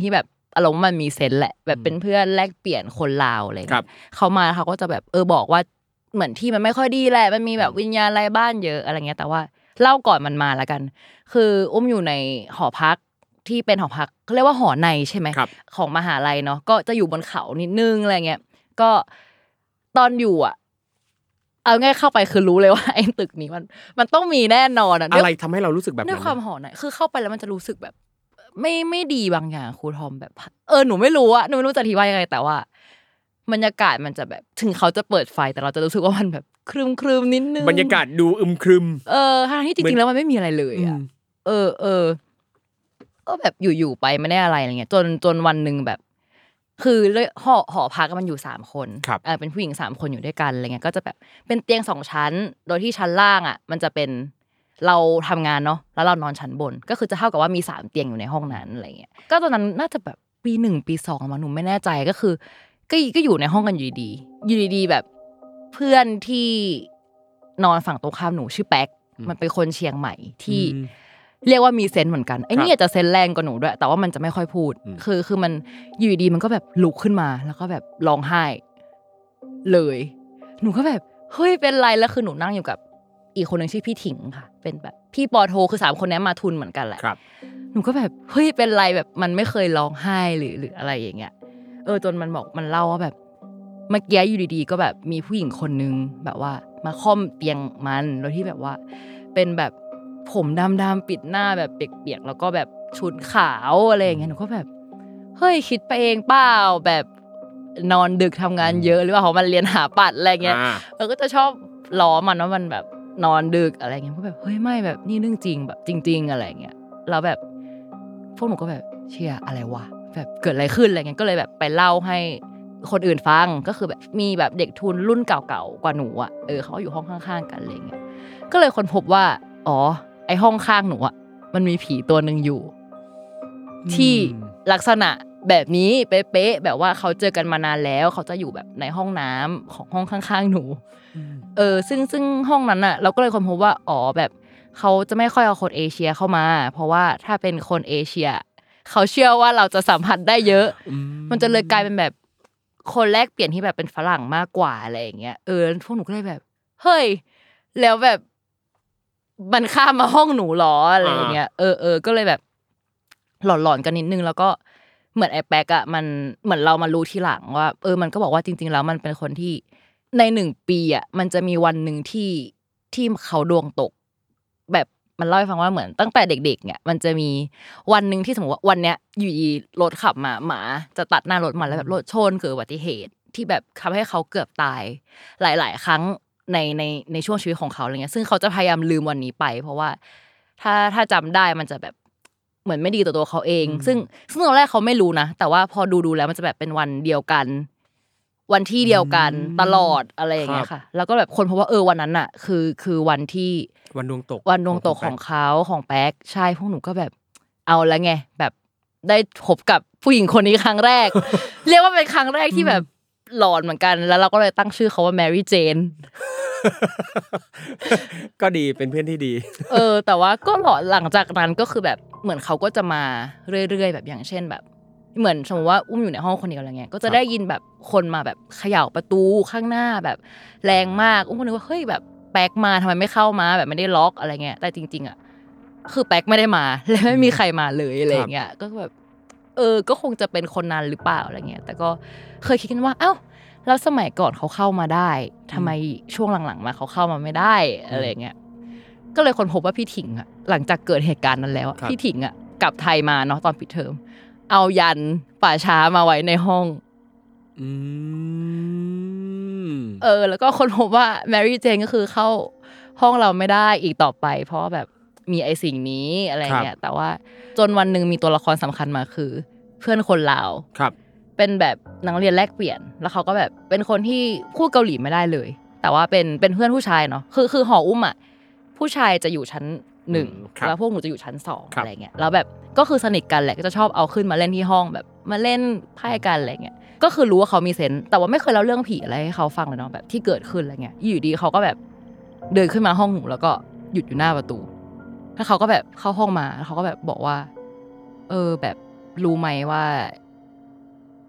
อารมณ์มันมีเซนส์แหละแบบเป็นเพื่อนแลกเปลี่ยนคนลาวอะไรเงี้ยเขามาเขาก็จะแบบเออบอกว่าเหมือนที่มันไม่ค่อยดีแหละมันมีแบบวิญญาณไร้บ้านเยอะอะไรเงี้ยแต่ว่าเล่าก่อนมันมาละกันคืออุ้มอยู่ในหอพักที่เป็นหอพักเขาเรียกว่าหอในใช่ไหมของมหาลัยเนาะก็จะอยู่บนเขานิดนึงอะไรเงี้ยก็ตอนอยู่อ่ะเอาง่ายเข้าไปคือรู้เลยว่าไอ้ตึกนี้มันมันต้องมีแน่นอนอ่ะอะไรทำให้เรารู้สึกแบบนั้นด้วยความหอในคือเข้าไปแล้วมันจะรู้สึกแบบไม่ไม่ดีบางอย่างครูทอมแบบเออหนูไม่รู้อะหนูไม่รู้จะอธิบายยังไงแต่ว่าบรรยากาศมันจะแบบถึงเขาจะเปิดไฟแต่เราจะรู้สึกว่ามันแบบครึมๆนิดนึงบรรยากาศดูอึมครึมเออทั้งที่จริงๆแล้วมันไม่มีอะไรเลยอะเออเออก็แบบอยู่ๆไปไม่ได้อะไรอะไรเงี้ยจนจนวันนึงแบบคือหอหอพักมันอยู่สามคนเออเป็นผู้หญิงสามคนอยู่ด้วยกันอะไรเงี้ยก็จะแบบเป็นเตียงสองชั้นโดยที่ชั้นล่างอ่ะมันจะเป็นเราทำงานเนาะแล้วเรานอนชั้นบนก็คือจะเท่ากับว่ามีสามเตียงอยู่ในห้องนั้นอะไรเงี้ยก็ตอนนั้นน่าจะแบบปีหนึ่งปีสองมั้งหนูไม่แน่ใจก็คือก็ก็อยู่ในห้องกันอยู่ดีๆอยู่ดีๆแบบเพื่อนที่นอนฝั่งตรงข้ามหนูชื่อแป๊กมันเป็นคนเชียงใหม่ที่เรียกว่ามีเซนส์เหมือนกันไอ้นี่อาจจะเซนส์แรงกว่าหนูด้วยแต่ว่ามันจะไม่ค่อยพูดคือคือมันอยู่ดีมันก็แบบลุกขึ้นมาแล้วก็แบบร้องไห้เลยหนูก็แบบเฮ้ยเป็นไรแล้วคือหนูนั่งอยู่กับอีกคนนึงชื่อพี่ถิงค่ะเป็นแบบพี่ปอโทคือสามคนนี้มาทุนเหมือนกันแหละหนูก็แบบเฮ้ยเป็นไรแบบมันไม่เคยร้องไห้หรือหรืออะไรอย่างเงี้ยเออจนมันบอกมันเล่าว่าแบบเมื่อกี้อยู่ดีๆก็แบบมีผู้หญิงคนนึงแบบว่ามาค่อมเตียงมันโดยที่แบบว่าเป็นแบบผมดำๆปิดหน้าแบบเปียกๆแล้วก็แบบชุดขาวอะไรอย่างเงี้ยหนูก็แบบเฮ้ยคิดไปเองเปล่าแบบนอนดึกทำงานเยอะหรือว่าเขามันเรียนหาปัดอะไรเงี้ยเออก็จะชอบล้อมันว่ามันแบบนอนดึกอะไรเงี้ยก็แบบเฮ้ยไม่แบบนี่เรื่องจริงแบบจริงๆอะไรเงี้ยแล้วแบบพวกหนูก็แบบเชี่ยอะไรวะแบบเกิดอะไรขึ้นอะไรเงี้ยก็เลยแบบไปเล่าให้คนอื่นฟังก็คือแบบมีแบบเด็กทุนรุ่นเก่าๆกว่าหนูอ่ะเออเขาอยู่ห้องข้างๆกันอะไรเงี้ยก็เลยค้นพบว่าอ๋อไอห้องข้างหนูอ่ะมันมีผีตัวนึงอยู่ที่ลักษณะแบบนี้เป๊ะๆแบบว่าเขาเจอกันมานานแล้วเขาจะอยู่แบบในห้องน้ำของห้องข้างๆหนูเออซึ่งซึ่งห้องนั้นน่ะเราก็เลยค้นพบว่าอ๋อแบบเขาจะไม่ค่อยเอาคนเอเชียเข้ามาเพราะว่าถ้าเป็นคนเอเชียเขาเชื่อว่าเราจะสัมผัสได้เยอะมันจะเลยกลายเป็นแบบคนแรกเปลี่ยนที่แบบเป็นฝรั่งมากกว่าอะไรอย่างเงี้ยเออพวกหนูก็เลยแบบเฮ้ยแล้วแบบมันข้ามมาห้องหนูหรออะไรอย่างเงี้ยเออเออก็เลยแบบหลอนๆกันนิดนึงแล้วก็เหมือนไอ้แป๊กอะมันเหมือนเรามารู้ทีหลังว่าเออมันก็บอกว่าจริงๆแล้วมันเป็นคนที่ในหนึ่งปีอะมันจะมีวันนึงที่ที่เขาดวงตกแบบมันเล่าให้ฟังว่าเหมือนตั้งแต่เด็กๆเนี่ยมันจะมีวันนึงที่สมมติว่าวันเนี้ยอยู่ดีรถขับมาหมาจะตัดหน้ารถมันแล้วแบบรถชนเกิดอุบัติเหตุที่แบบทำให้เขาเกือบตายหลายๆครั้งในในในช่วงชีวิตของเขาอะไรเงี้ยซึ่งเขาจะพยายามลืมวันนี้ไปเพราะว่าถ้าถ้าจำได้มันจะแบบเหมือนไม่ดีต่อตัวเขาเองซึ่งซึ่งตอนแรกเขาไม่รู้นะแต่ว่าพอดูดูแล้วมันจะแบบเป็นวันเดียวกันวันที่เดียวกันตลอดอะไรอย่างเงี้ยค่ะแล้วก็แบบคนเพราะว่าเออวันนั้นน่ะคือคือวันที่วันดวงตกวันดวงตกของเขาของแป๊กใช่พวกหนูก็แบบเอาละไงแบบได้พบกับผู้หญิงคนนี้ครั้งแรก เรียกว่าเป็นครั้งแรกที่แบบหลอนเหมือนกันแล้วเราก็เลยตั้งชื่อเขาว่าแมรี่เจนก็ดีเป็นเพื่อนที่ดีเออแต่ว่าก็หลอนหลังจากนั้นก็คือแบบเหมือนเขาก็จะมาเรื่อยๆแบบอย่างเช่นแบบเหมือนสมมติว่าอุ้มอยู่ในห้องคนเดียวอะไรเงี้ยก็จะได้ยินแบบคนมาแบบเขย่าประตูข้างหน้าแบบแรงมากอุ้มก็นึกว่าเฮ้ยแบบแป๊กมาทำไมไม่เข้ามาแบบไม่ได้ล็อกอะไรเงี้ยแต่จริงๆอ่ะคือแป๊กไม่ได้มาและไม่มีใครมาเลยอะไรเงี้ยก็แบบเออก็คงจะเป็นคนนั้นหรือเปล่าอะไรเงี้ยแต่ก็เคยคิดกันว่าเอ้าแล้วสมัยก่อนเขาเข้ามาได้ทำไมช่วงหลังๆมาเขาเข้ามาไม่ได้อะไรเงี้ยก็เลยค้นพบว่าพี่ถิงอ่ะหลังจากเกิดเหตุการณ์นั้นแล้วพี่ถิงอ่ะกลับไทยมาเนาะตอนปิดเทอมเอายันป่าช้ามาไว้ในห้องอืมเออแล้วก็ค้นพบว่าแมรี่เจนก็คือเข้าห้องเราไม่ได้อีกต่อไปเพราะแบบมีไอ้สิ่งนี้อะไรเงี้ยแต่ว่าจนวันนึงมีตัวละครสำคัญมาคือเพื่อนคนลาวครับเป็นแบบนักเรียนแลกเปลี่ยนแล้วเขาก็แบบเป็นคนที่พูดเกาหลีไม่ได้เลยแต่ว่าเป็นเป็นเพื่อนผู้ชายเนาะคือคือหออุ้มอ่ะผู้ชายจะอยู่ชั้นหนึ่งแล้วพวกหนูจะอยู่ชั้นสองอะไรเงี้ยแล้วแบบก็คือสนิทกันแหละก็จะชอบเอาขึ้นมาเล่นที่ห้องแบบมาเล่นไพ่กันอะไรเงี้ยก็คือรู้ว่าเขามีเซนส์แต่ว่าไม่เคยเล่าเรื่องผีอะไรให้เขาฟังเลยเนาะแบบที่เกิดขึ้นอะไรเงี้ยอยู่ดีเขาก็แบบเดินขึ้นมาห้องหนูแล้วก็หยุดอยู่หน้าประตูแล้วเขาก็แบบเข้าห้องมาแล้วเขาก็แบบบอกว่าเออแบบรู้ไหมว่า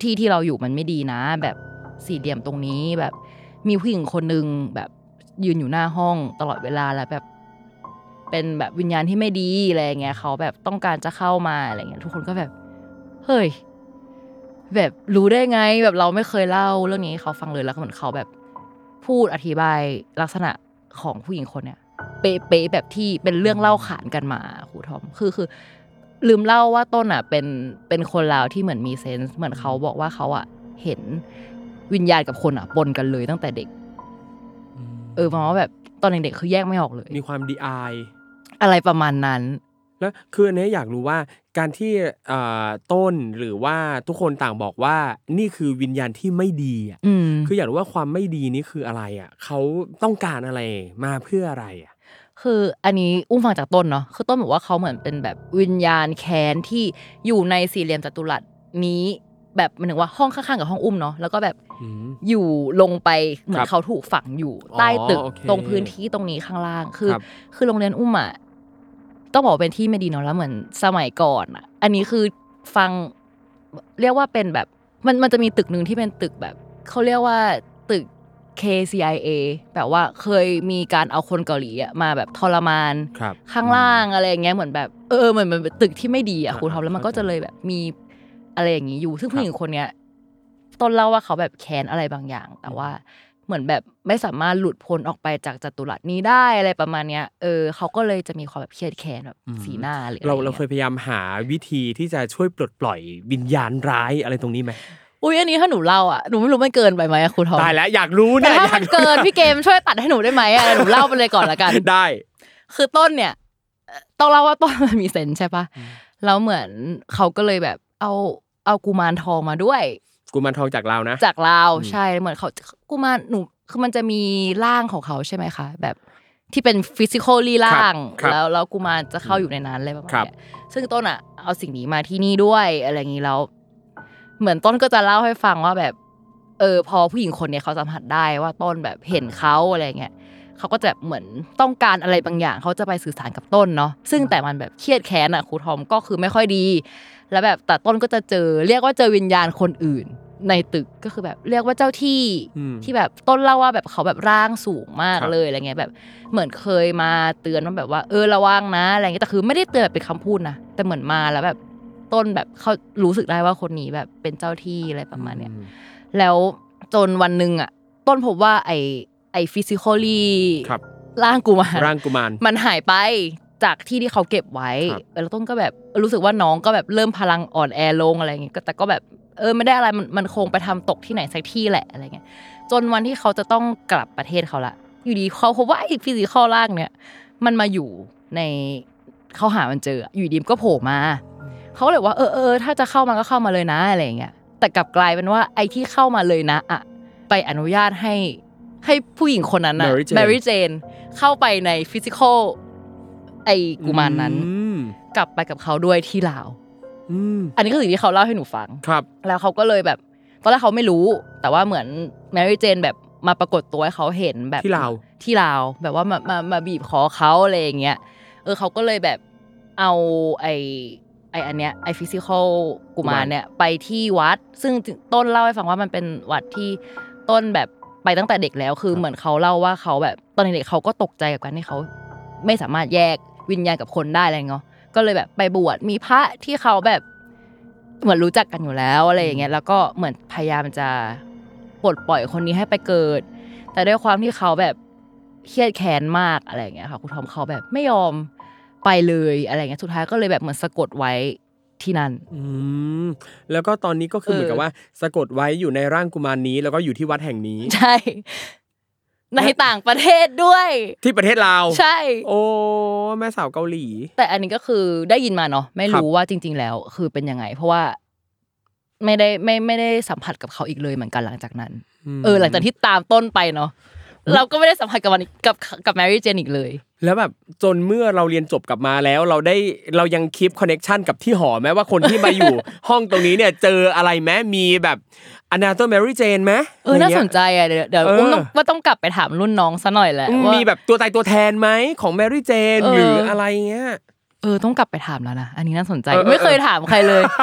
ที่ที่เราอยู่มันไม่ดีนะแบบสี่เหลี่ยมตรงนี้แบบมีผู้หญิงคนนึงแบบยืนอยู่หน้าห้องตลอดเวลาแล้วแบบเป็นแบบวิญญาณที่ไม่ดีอะไรเงี้ยเขาแบบต้องการจะเข้ามาอะไรเงี้ยทุกคนก็แบบเฮ้ยแบบรู้ได้ไงแบบเราไม่เคยเล่าเรื่องนี้เขาฟังเลยแล้วเหมือนเขาแบบพูดอธิบายลักษณะของผู้หญิงคนเนี้ยเป๊ะๆแบบที่เป็นเรื่องเล่าขานกันมาครูทอมคือคือลืมเล่าว่าต้นอ่ะเป็นเป็นคนลาวที่เหมือนมีเซนส์เหมือนเขาบอกว่าเขาอ่ะเห็นวิญญาณกับคนอ่ะปนกันเลยตั้งแต่เด็กเออเพราะว่าแบบตอนเด็กๆคือแยกไม่ออกเลยมีความดีอายอะไรประมาณนั้นแล้วคืออันนี้อยากรู้ว่าการที่ต้นหรือว่าทุกคนต่างบอกว่านี่คือวิญญาณที่ไม่ดีอ่ะคืออยากรู้ว่าความไม่ดีนี่คืออะไรอ่ะเขาต้องการอะไรมาเพื่ออะไรอ่ะคืออันนี้อุ้มฟังจากต้นเนาะคือต้นบอกว่าเขาเหมือนเป็นแบบวิญญาณแค้นที่อยู่ในสี่เหลี่ยมจัตุรัสนี้แบบหมายถึงว่าห้องข้างๆกับห้องอุ้มเนาะแล้วก็แบบอยู่ลงไปเหมือนเขาถูกฝังอยู่ใต้ตึกตรงพื้นที่ตรงนี้ข้างล่างคือคือโรงเรียนอุ้มอ่ะต้องบอกเป็นที่ไม่ดีเนาะแล้วเหมือนสมัยก่อนอ่ะอันนี้คือฟังเรียกว่าเป็นแบบมันมันจะมีตึกนึงที่เป็นตึกแบบเขาเรียกว่าตึก เค ซี ไอ เอ แบบว่าเคยมีการเอาคนเกาหลีอ่ะมาแบบทรมานข้างล่างอะไรอย่างเงี้ยเหมือนแบบเออเหมือนมันเป็นตึกที่ไม่ดีอ่ะครูทอมแล้วมันก็จะเลยแบบมีอะไรอย่างงี้อยู่ซึ่งผู้หญิงคนเนี้ยต้นเล่าว่าเขาแบบแค้นอะไรบางอย่างแต่ว่าเหมือนแบบไม่สามารถหลุดพ้นออกไปจากจัตุรัสนี้ได้อะไรประมาณเนี้ยเออเขาก็เลยจะมีความแบบเครียดแค้นแบบสีหน้าอะไรเราเราเคยพยายามหาวิธีที่จะช่วยปลดปล่อยวิญญาณร้ายอะไรตรงนี้ไหมอุ้ยอันนี้ถ้าหนูเล่าอ่ะหนูไม่รู้มันเกินไปไหมครูทอมตายแล้วอยากรู้เนี่ยถ้ามันเกินพี่เกมช่วยตัดให้หนูได้ไหมอ่ะหนูเล่าไปเลยก่อนละกันได้คือต้นเนี่ยต้องเล่าว่าต้นมันมีเซนส์ใช่ปะแล้วเหมือนเขาก็เลยแบบเอาเอากุมารทองมาด้วยกุมารทองจากลาวนะจากลาวใช่เหมือนเขากุมารหนูคือมันจะมีร่างของเขาใช่ไหมคะแบบที่เป็นฟิสิคอลลี่ร่างแล้วแล้วกุมารจะเข้าอยู่ในนั้นอะไรประมาณนี้ซึ่งต้นอ่ะเอาสิ่งนี้มาที่นี่ด้วยอะไรอย่างนี้แล้วเหมือนต้นก็จะเล่าให้ฟังว่าแบบเออพอผู้หญิงคนนี้เขาสัมผัสได้ว่าต้นแบบเห็นเขาอะไรเงี้ยเขาก็จะเหมือนต้องการอะไรบางอย่างเขาจะไปสื่อสารกับต้นเนาะซึ่งแต่มันแบบเครียดแค้นอ่ะครูทอมก็คือไม่ค่อยดีแล้วแบบแต่ต้นก็จะเจอเรียกว่าเจอวิญญาณคนอื่นในตึกก็คือแบบเรียกว่าเจ้าที่ที่แบบต้นเล่าว่าแบบเขาแบบร่างสูงมากเลยอะไรเงี้ยแบบเหมือนเคยมาเตือนว่าแบบว่าเออระวังนะอะไรเงี้ยแต่คือไม่ได้เตือนแบบเป็นคำพูดนะแต่เหมือนมาแล้วแบบต้นแบบเขารู้สึกได้ว่าคนนี้แบบเป็นเจ้าที่อะไรประมาณเนี้ยแล้วจนวันนึงอ่ะต้นพบว่าไอไอฟิสิคอลลี่ร่างกุมารร่างกุมารมันหายไปจากที่ที่เขาเก็บไว้แล้วต้นก็แบบรู้สึกว่าน้องก็แบบเริ่มพลังอ่อนแอลงอะไรเงี้ยแต่ก็แบบเออไม่ได้อะไรมันมันคงไปทำตกที่ไหนสักที่แหละอะไรเงี้ยจนวันที่เขาจะต้องกลับประเทศเขาละอยู่ดีเขาพบว่าไอ้ฟิสิคอลร่างเนี่ยมันมาอยู่ในเขาหามันเจออยู่ดีก็โผล่มาเขาเลยว่าเออเออถ้าจะเข้ามาก็เข้ามาเลยนะอะไรเงี้ยแต่กลับกลายเป็นว่าไอ้ที่เข้ามาเลยนะอ่ะไปอนุญาตให้ให้ผู้หญิงคนนั้นน่ะแมรี่เจนเข้าไปในฟิสิคอลไอ้กุมารนั้นกลับไปกับเขาด้วยที่ลาวอันนี้คือสิ่งที่เขาเล่าให้หนูฟังครับแล้วเขาก็เลยแบบตอนแรกเขาไม่รู้แต่ว่าเหมือนแมรี่เจนแบบมาปรากฏตัวให้เขาเห็นแบบที่ลาวที่ลาวแบบว่ามามามาบีบคอเขาอะไรอย่างเงี้ยเออเขาก็เลยแบบเอาไอ้ไอ้อันเนี้ยไอ้ฟิสิคอลกุมารเนี่ยไปที่วัดซึ่งต้นเล่าให้ฟังว่ามันเป็นวัดที่ต้นแบบไปตั้งแต่เด็กแล้วคือเหมือนเขาเล่าว่าเขาแบบตอนเด็กเขาก็ตกใจกับการที่เขาไม่สามารถแยกวิญญาณกับคนได้อะไรเงี้ยก็เลยแบบไปบวชมีพระที่เขาแบบเหมือนรู้จักกันอยู่แล้วอะไรอย่างเงี้ยแล้วก็เหมือนพยายามจะปลดปล่อยคนนี้ให้ไปเกิดแต่ด้วยความที่เขาแบบเครียดแค้นมากอะไรอย่างเงี้ยค่ะครูทอมเขาแบบไม่ยอมไปเลยอะไรเงี้ยสุดท้ายก็เลยแบบเหมือนสะกดไว้ที่นั่นอืมแล้วก็ตอนนี้ก็คือเหมือนกับว่าสะกดไว้อยู่ในร่างกุมารนี้แล้วก็อยู่ที่วัดแห่งนี้ใช่ในต่างประเทศด้วยที่ประเทศลาวใช่โอ้แม่สาวเกาหลีแต่อันนี้ก็คือได้ยินมาเนาะไม่รู้ว่าจริงๆแล้วคือเป็นยังไงเพราะว่าไม่ได้ไม่ไม่ได้สัมผัสกับเขาอีกเลยเหมือนกันหลังจากนั้นเออหลังจากที่ตามต้นไปเนาะเราก็ไม่ได้สัมผัสกับมันกับกับแมรี่เจนอีกเลยแล้วแบบจนเมื่อเราเรียนจบกลับมาแล้วเราได้เรายังคีปคอนเนคชั่นกับที่หอแม้ว่าคนที่มาอยู่ ห้องตรงนี้เนี่ยเจออะไรแม้มีแบบอนาโตแมรี่เจนไหมเออน่าสนใจอ่ะเดี๋ยวเดี๋ยวอุ้มต้องว่าต้องกลับไปถามรุ่นน้องซะหน่อยแหละว่ามีแบบตัวตายตัวแทนไหมของแมรี่เจนหรืออะไรเงี้ยเออต้องกลับไปถามแล้วนะอันนี้น่าสนใจไม่เคยถามใครเลย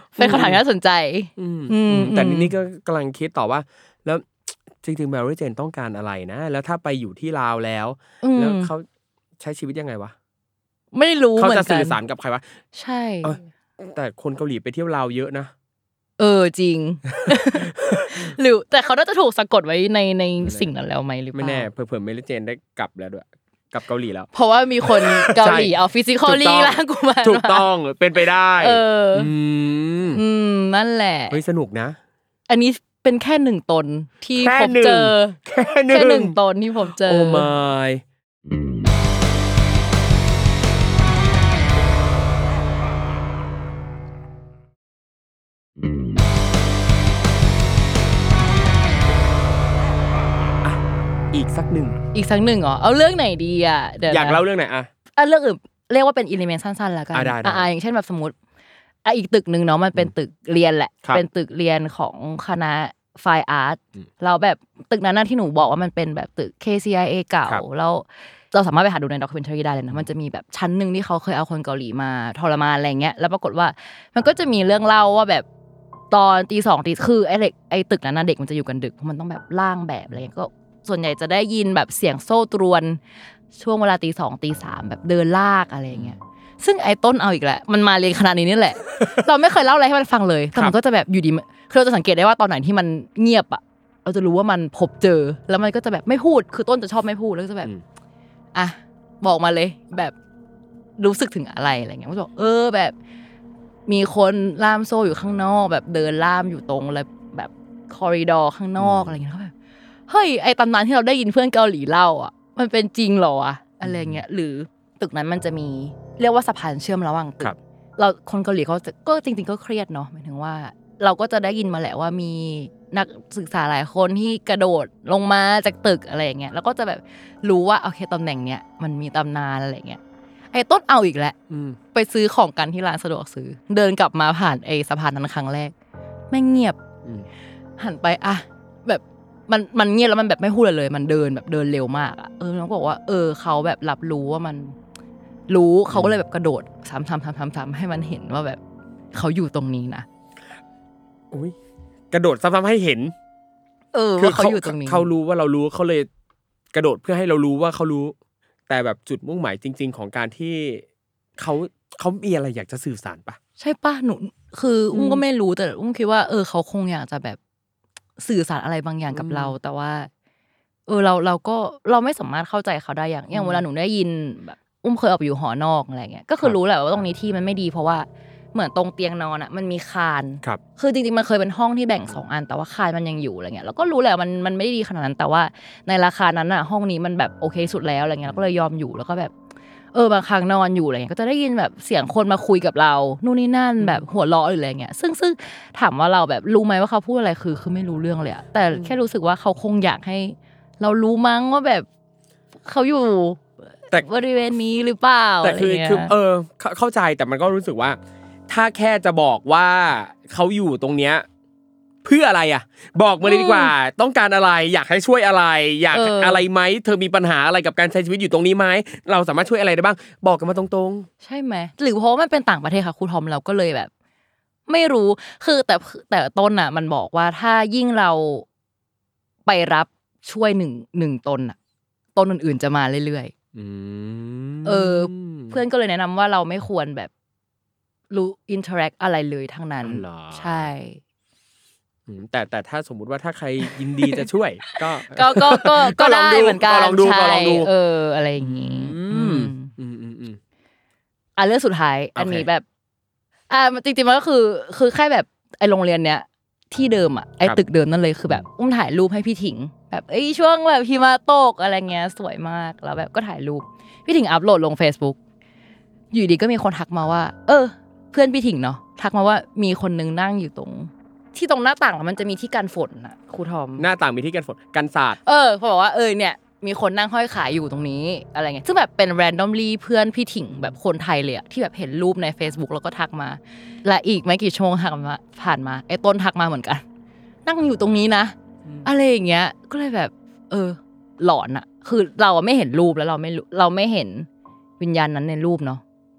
เป็นคำถามที่น่าสนใจอืมแต่นี่ก็กำลังคิดต่อว่าแล้วจริงๆแมรี่เจนต้องการอะไรนะแล้วถ้าไปอยู่ที่ลาวแล้วแล้วเขาใช้ชีวิตยังไงวะไม่รู้เหมือนกันเขาจะสื่อสารกับใครวะใช่แต่คนเกาหลีไปเที่ยวลาวเยอะนะเออจริงหรือแต่เขาน่าจะถูกสะกดไว้ในในสิ่งนั้นแล้วไหมหรือเปล่าไม่แน่เผื่อๆเมลี่เจนได้กลับแล้วด้วยกลับเกาหลีแล้วเพราะว่ามีคนเกาหลีเอาฟิสิคอลลี่ล่างกูมาถูกต้องเป็นไปได้เอออืมนั่นแหละเฮ้ยสนุกนะอันนี้เป็นแค่หนึ่งตนที่พบเจอแค่หนึ่งแค่หนึ่งตนที่พบเจอโอ้ myอีกสักหนึ่งอีกสักหนึ่งเหรอเอาเรื่องไหนดีอ่ะเดี๋ยวอยากเล่าเรื่องไหนอ่ะอ่ะเรื่องอื่นเรียกว่าเป็นอิเลเมนต์สั้นๆแล้วกันอ่าอย่างเช่นแบบสมมุติอ่ะอีกตึกนึงเนาะมันเป็นตึกเรียนแหละเป็นตึกเรียนของคณะไฟอาร์ตเราแบบตึกนั้นน่ะที่หนูบอกว่ามันเป็นแบบตึก เค ซี ไอ เอ เก่าแล้วเราสามารถไปหาดูในด็อกิเมนทารีได้เลยนะมันจะมีแบบชั้นนึงที่เขาเคยเอาคนเกาหลีมาทรมานอะไรเงี้ยแล้วปรากฏว่ามันก็จะมีเรื่องเล่าว่าแบบตอนตีสองตีคือไอ้เด็กไอ้ตึกนั้นน่ะเด็กมันจะอยู่กันดึกเพราะมันต้องแบบล่างแบบอะไรเงี้ยก็ส่วนใหญ่จะได้ยินแบบเสียงโซ่ตรวนช่วงเวลาตีสองตีสามแบบเดินลากอะไรเงี้ยซึ่งไอ้ต้นเอาอีกแหละมันมาเรียนขนาดนี้นี่แหละ เราไม่เคยเล่าอะไรให้มันฟังเลยแต่มันก็จะแบบอยู่ดีคือเราจะสังเกตได้ว่าตอนไหนที่มันเงียบอ่ะเราจะรู้ว่ามันพบเจอแล้วมันก็จะแบบไม่พูดคือต้นจะชอบไม่พูดแล้วก็จะแบบอ่ะบอกมาเลยแบบรู้สึกถึงอะไรอะไรเงี้ยก็บอกเออแบบมีคนล่ามโซ่อยู่ข้างนอกแบบเดินล่ามอยู่ตรงอะไรแบบคอริดอร์ข้างนอกอะไรเงี้ยเขาแบบเฮ้ยไอ้ตำนานที่เราได้ยินเพื่อนเกาหลีเล่าอ่ะมันเป็นจริงเหรออะอะไรเงี้ยหรือตึกนั้นมันจะมีเรียกว่าสะพานเชื่อมระหว่างตึกเราคนเกาหลีเขาก็จริงๆก็เครียดเนาะหมายถึงว่าเราก็จะได้ยินมาแหละว่ามีนักศึกษาหลายคนที่กระโดดลงมาจากตึกอะไรอย่างเงี้ยแล้วก็จะแบบรู้ว่าโอเคตำแหน่งเนี้ยมันมีตำนานอะไรเงี้ยไอ้ต้นเอาอีกแล้วไปซื้อของกันที่ร้านสะดวกซื้อเดินกลับมาผ่านไอ้สะพานนั้นครั้งแรกแม่งเงียบหันไปอ่ะแบบมันมันเงียบแล้วมันแบบไม่พูดเลยมันเดินแบบเดินเร็วมากอ่ะเออน้องบอกว่าเออเขาแบบรับรู้ว่ามันรู้เขาก็เลยแบบกระโดดซ้ำๆๆๆให้มันเห็นว่าแบบเขาอยู่ตรงนี้นะอุ๊ยกระโดดซ้ำๆให้เห็นเออว่าเขาอยู่ตรงนี้เขารู้ว่าเรารู้เขาเลยกระโดดเพื่อให้เรารู้ว่าเขารู้แต่แบบจุดมุ่งหมายจริงๆของการที่เขาเขามีอะไรอยากจะสื่อสารปะใช่ปะหนูคืออุ้มก็ไม่รู้แต่อุ้มคิดว่าเออเขาคงอยากจะแบบสื่อสารอะไรบางอย่างกับเราแต่ว่าเออเราเราก็เราไม่สามารถเข้าใจเขาได้อย่างอย่างเวลาหนูได้ยินแบบอุ้มเคยออกไปอยู่หอนอกอะไรเงี้ยก็คือรู้แหละว่าตรงนี้ที่มันไม่ดีเพราะว่าเหมือนตรงเตียงนอนอ่ะมันมีคานคือจริงๆมันเคยเป็นห้องที่แบ่งสองอันแต่ว่าคานมันยังอยู่อะไรเงี้ยแล้วก็รู้แหละมันมันไม่ได้ดีขนาดนั้นแต่ว่าในราคานั้นอ่ะห้องนี้มันแบบโอเคสุดแล้วอะไรเงี้ยก็เลยยอมอยู่แล้วก็แบบเออบางครั้งนอนอยู่อะไรเงี้ยก็จะได้ยินแบบเสียงคนมาคุยกับเรานู่นนี่นั่นแบบหัวเราะหรืออะไรเงี้ยซึ่งซึ่งถามว่าเราแบบรู้ไหมว่าเขาพูดอะไรคือคือไม่รู้เรื่องเลยอะแต่แค่รู้สึกว่าเขาคงอยากให้เรารู้มั้งว่าแบบเขาอยู่บริเวณนี้หรือเปล่าแต่คือคือเออเข้าใจแต่มันก็รู้สึกว่าถ้าแค่จะบอกว่าเขาอยู่ตรงเนี้ยเพื่ออะไรอ่ะบอกมาเลยดีกว่าต้องการอะไรอยากให้ช่วยอะไรอยากอะไรไหมเธอมีปัญหาอะไรกับการใช้ชีวิตอยู่ตรงนี้ไหมเราสามารถช่วยอะไรได้บ้างบอกกันมาตรงๆใช่ไหมหรือเพราะมันเป็นต่างประเทศค่ะครูทอมเราก็เลยแบบไม่รู้คือแต่แต่ต้นอ่ะมันบอกว่าถ้ายิ่งเราไปรับช่วยหนึ่งหนึ่งตนอ่ะตนอื่นๆจะมาเรื่อยๆเออเพื่อนก็เลยแนะนำว่าเราไม่ควรแบบรู้อินเทอร์แอคอะไรเลยทั้งนั้นใช่แต่แต่ถ้าสมมุติว่าถ้าใครยินดีจะช่วยก็ก็ก็ก็ก็ได้เหมือนกันใช่เอออะไรอย่างงี้อืมอืมอืมอืมอ่ะเรื่องสุดท้ายอันนี้แบบอ่ะจริงๆมันก็คือคือแค่แบบไอ้โรงเรียนเนี้ยที่เดิมอ่ะไอ้ตึกเดิมนั่นเลยคือแบบอุ้มถ่ายรูปให้พี่ถิงแบบเอ้ยช่วงแบบหิมะตกอะไรเงี้ยสวยมากแล้วแบบก็ถ่ายรูปพี่ถิงอัพโหลดลง Facebook อยู่ดีก็มีคนทักมาว่าเออเพื่อนพี่ถิงเนาะทักมาว่ามีคนนึงนั่งอยู่ตรงที่ตรงหน้าต่างมันจะมีที่กันฝนน่ะครูทอมหน้าต่างมีที่กันฝนกันสาดเออเขาบอกว่าเออเนี่ยมีคนนั่งห้อยขาอยู่ตรงนี้อะไรเงี้ยซึ่งแบบเป็น randomly เพื่อนพี่ถิงแบบคนไทยเลยอะที่แบบเห็นรูปใน Facebook แล้วก็ทักมาและอีกไม่กี่ชั่วโมงทักมาผ่านมาไอ้ต้นทักมาเหมือนกันนั่งอยู่ตรงนี้นะอะไรอย่างเงี้ยก็เลยแบบเออหลอนอะคือเราไม่เห็นรูปแล้วเราไม่เราไม่เห็นวิญญาณนั้นในรูปเนาะแต่แบบ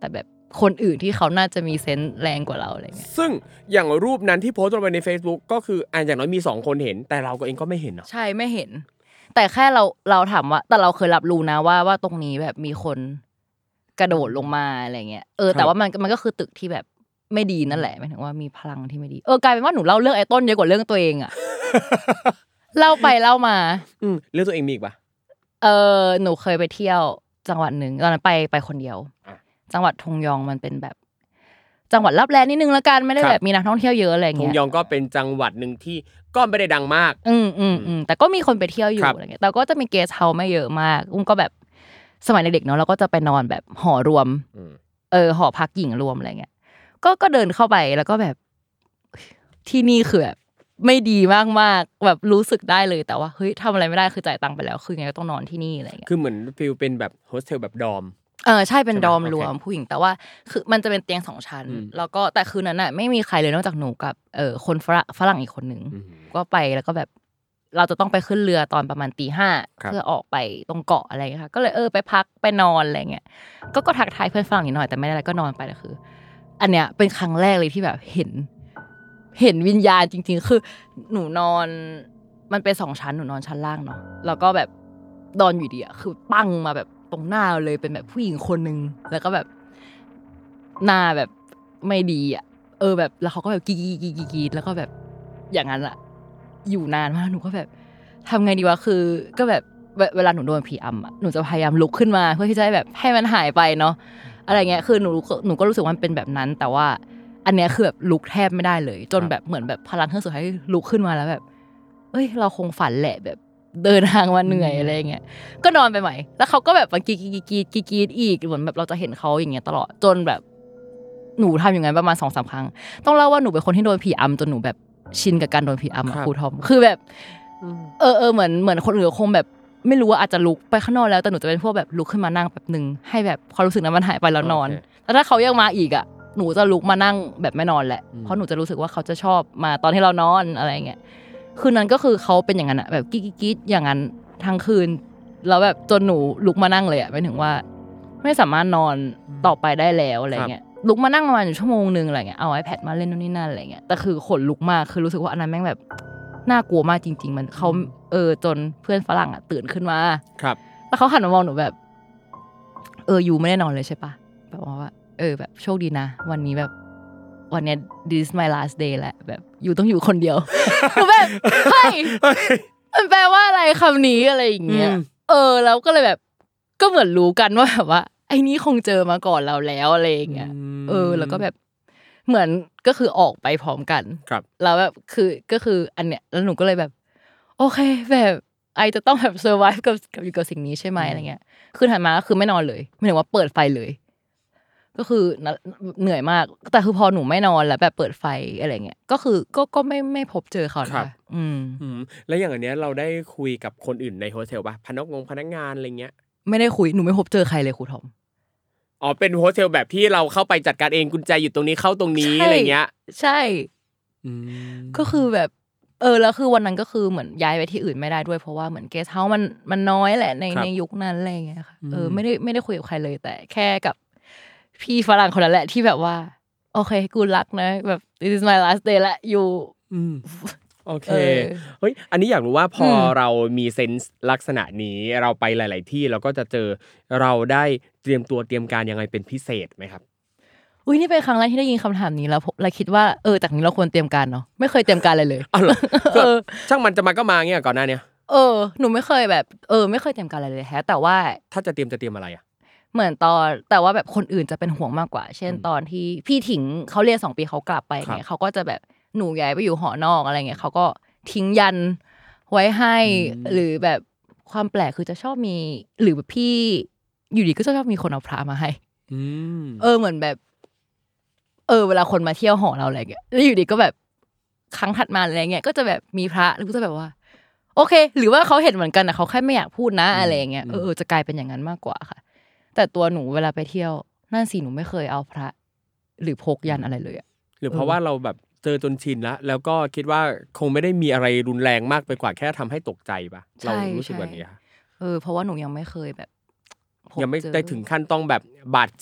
คนอื่นที่เขาน่าจะมีเซนส์แรงกว่าเราอะไรเงี้ยซึ่งอย่างรูปนั้นที่โพสต์ลงไปใน Facebook ก็คืออ่ะอย่างน้อยมีสองคนเห็นแต่เราก็เองก็ไม่เห็นเนาะใช่ไม่เห็นแต่แค่เราเราถามว่าแต่เราเคยรับรู้นะว่าว่าตรงนี้แบบมีคนกระโดดลงมาอะไรเงี้ยเออแต่ว่ามันมันก็คือตึกที่แบบไม่ดีนั่นแหละหมายถึงว่ามีพลังที่ไม่ดีเออกลายเป็นว่าหนูเล่าเรื่องไอ้ต้นเยอะกว่าเรื่องตัวเองอะเล่าไปเล่ามาอืมเรื่องตัวเองมีอีกปะเออหนูเคยไปเที่ยวจังหวัดนึงตอนนั้นไปไปคนเดียวจังหวัดทงยองมันเป็นแบบจังหวัดลับแลนิดนึงละกันไม่ได้แบบมีนักท่องเที่ยวเยอะอะไรเงี้ยทงยองก็เป็นจังหวัดนึงที่ก็ไม่ได้ดังมากอืมๆๆแต่ก็มีคนไปเที่ยวอยู่อะไรเงี้ยแต่ก็จะมีเกสต์เฮาส์ไม่เยอะมากอุ้มก็แบบสมัยเด็กๆเนาะเราก็จะไปนอนแบบหอรวมเออหอพักหญิงรวมอะไรเงี้ยก็ก็เดินเข้าไปแล้วก็แบบที่นี่คือแบบไม่ดีมากๆแบบรู้สึกได้เลยแต่ว่าเฮ้ยทำอะไรไม่ได้คือจ่ายตังค์ไปแล้วคือไงก็ต้องนอนที่นี่อะไรเงี้ยคือเหมือนฟีลเป็นแบบโฮสเทลแบบดอมเออใช่เป็นดอมรวมผู้หญิงแต่ว่าคือมันจะเป็นเตียงสองชั้นแล้วก็แต่คืนนั้นน่ะไม่มีใครเลยนอกจากหนูกับเอ่อคนฝรั่งฝรั่งอีกคนนึงก็ไปแล้วก็แบบเราจะต้องไปขึ้นเรือตอนประมาณตีห้าเพื่อออกไปตรงเกาะอะไรค่ะก็เลยเออไปพักไปนอนอะไรเงี้ยก็ก็ทักทายเพื่อนฝรั่งนิดหน่อยแต่ไม่ได้อะไรก็นอนไปแล้วคืออันเนี้ยเป็นครั้งแรกเลยที่แบบเห็นเห็นวิญญาณจริงๆคือหนูนอนมันเป็นสองชั้นหนูนอนชั้นล่างเนาะแล้วก็แบบนอนอยู่ดีอะคือปั้งมาแบบตรงหน้าเลยเป็นแบบผู้หญิงคนนึงแล้วก็แบบหน้าแบบไม่ดีอ่ะเออแบบแล้วเขาก็แบบกีกีกีกีแล้วก็แบบอย่างนั้นอ่ะอยู่นานมากหนูก็แบบทำไงดีวะคือก็แบบเวลาหนูโดนผีอำอ่ะหนูจะพยายามลุกขึ้นมาเพื่อที่จะให้แบบให้มันหายไปเนาะอะไรเงี้ยคือหนูหนูก็รู้สึกว่ามันเป็นแบบนั้นแต่ว่าอันเนี้ยคือแบบลุกแทบไม่ได้เลยจนแบบเหมือนแบบพลังเครื่องสุดท้ายลุกขึ้นมาแล้วแบบเอ้ยเราคงฝันแหละแบบเดินทางมาเหนื่อยอะไรเงี้ยก็นอนไปใหม่แล้วเขาก็แบบมากีกีกีกีกีอีกเหมือนแบบเราจะเห็นเขาอย่างเงี้ยตลอดจนแบบหนูทำอย่างงั้นประมาณ สองสาม ครั้งต้องเล่าว่าหนูเป็นคนที่โดนผีอำจนหนูแบบชินกับการโดนผีอำอ่ะครูทอมคือแบบเออเออเหมือนเหมือนคนอื่นคงแบบไม่รู้ว่าอาจจะลุกไปข้างนอกแล้วแต่หนูจะเป็นพวกแบบลุกขึ้นมานั่งแป๊บนึงให้แบบความรู้สึกนั้นมันหายไปแล้วนอนแล้วถ้าเขายังมาอีกอ่ะหนูจะลุกมานั่งแบบไม่นอนแหละเพราะหนูจะรู้สึกว่าเขาจะชอบมาตอนที่เรานอนอะไรเงี้ยคืนนั้นก็คือเขาเป็นอย่างนั้นอะแบบกิ๊กๆอย่างนั้นทั้งคืนแล้วแบบจนหนูลุกมานั่งเลยอะหมายถึงว่าไม่สามารถนอนต่อไปได้แล้วอะไรเงี้ยลุกมานั่งประมาณอยู่ชั่วโมงนึงอะไรเงี้ยเอา iPad มาเล่นนู่นนี่นั่นอะไรเงี้ยแต่คือขนลุกมากคือรู้สึกว่าอันนั้นแม่งแบบน่ากลัวมากจริงๆมันเขาเออจนเพื่อนฝรั่งอะตื่นขึ้นมาครับแล้วเขาหันมามองหนูแบบเออยูไม่ได้นอนเลยใช่ปะแบบว่าเออแบบโชคดีนะวันนี้แบบวันเนี้ย this is my last day แหละแบบอยู่ต้องอยู่คนเดียวแบบเฮ้ยมันแปลว่าอะไรคำนี้อะไรอย่างเงี้ยเออแล้วก็เลยแบบก็เหมือนรู้กันว่าแบบว่าไอ้นี่คงเจอมาก่อนเราแล้วอะไรอย่างเงี้ยเออแล้วก็แบบเหมือนก็คือออกไปพร้อมกันแล้วแบบคือก็คืออันเนี้ยแล้วหนูก็เลยแบบโอเคแบบไอจะต้องแบบ survive กับกับอยู่กับสิ่งนี้ใช่ไหมอะไรเงี้ยคือถัดมาก็คือไม่นอนเลยไม่ถึงว่าเปิดไฟเลยก็คือเหนื่อยมากแต่คือพอหนูไม่นอนแล้วแบบเปิดไฟอะไรเงี้ยก็คือก็ก็ไม่ไม่พบเจอเขานะคะอืมแล้วอย่างอันเนี้ยเราได้คุยกับคนอื่นในโฮสเทลป่ะพนักงงพนักงานอะไรเงี้ยไม่ได้คุยหนูไม่พบเจอใครเลยครูทอมอ๋อเป็นโฮสเทลแบบที่เราเข้าไปจัดการเองกุญแจอยู่ตรงนี้เข้าตรงนี้อะไรเงี้ยใช่ก็คือแบบเออแล้วคือวันนั้นก็คือเหมือนย้ายไปที่อื่นไม่ได้ด้วยเพราะว่าเหมือนเกสต์เฮาส์มันมันน้อยแหละในในยุคนั้นอะไรเงี้ยค่ะเออไม่ได้ไม่ได้คุยกับใครเลยแต่แค่กับพี่ฝรั่งคนนั้นแหละที่แบบว่าโอเคกูรักนะแบบ this is my last day ละอยู่โอเคเฮ้ยอันนี้อยากรู้ว่าพอเรามีเซนส์ลักษณะนี้เราไปหลายๆที่เราก็จะเจอเราได้เตรียมตัวเตรียมการยังไงเป็นพิเศษไหมครับอุ้ยนี่เป็นครั้งแรกที่ได้ยินคำถามนี้แล้วเราคิดว่าเออจากนี้เราควรเตรียมการเนาะไม่เคยเตรียมการอะไรเลยอ๋อเหรอช่างมันจะมาก็มาเงี้ยก่อนหน้านี้เออหนูไม่เคยแบบเออไม่เคยเตรียมการอะไรเลยแฮะแต่ว่าถ้าจะเตรียมจะเตรียมอะไรอ่ะเหมือนตอนแต่ว่าแบบคนอื่นจะเป็นห่วงมากกว่าเช่นตอนที่พี่ถิงเขาเรียนสองปีเขากลับไปเงี้ยเขาก็จะแบบหนูย้ายไปอยู่หอนอกอะไรเงี้ยเขาก็ทิ้งยันไว้ให้หรือแบบความแปลกคือจะชอบมีหรือแบบพี่อยู่ดีก็จะชอบมีคนเอาพระมาให้เออเหมือนแบบเออเวลาคนมาเที่ยวหอเราอะไรเงี้ยแล้วอยู่ดีก็แบบครั้งถัดมาอะไรเงี้ยก็จะแบบมีพระแล้วก็จะแบบว่าโอเคหรือว่าเขาเห็นเหมือนกันนะเขาแค่ไม่อยากพูดนะอะไรเงี้ยเออจะกลายเป็นอย่างนั้นมากกว่าค่ะแต่ตัวหนูเวลาไปเที่ยวนั่นสิหนูไม่เคยเอาพระหรือพกยันอะไรเลยอ่ะหรือเพราะว่าเราแบบเจอจนชินแล้วแล้วก็คิดว่าคงไม่ได้มีอะไรรุนแรงมากไปกว่าแค่ทำให้ตกใจป่ะเรารู้สึกแบบนี้ค่ะเออเพราะว่าหนูยังไม่เคยแบบยังไม่ได้ถึงขั้นต้องแบบบาดเจ็บ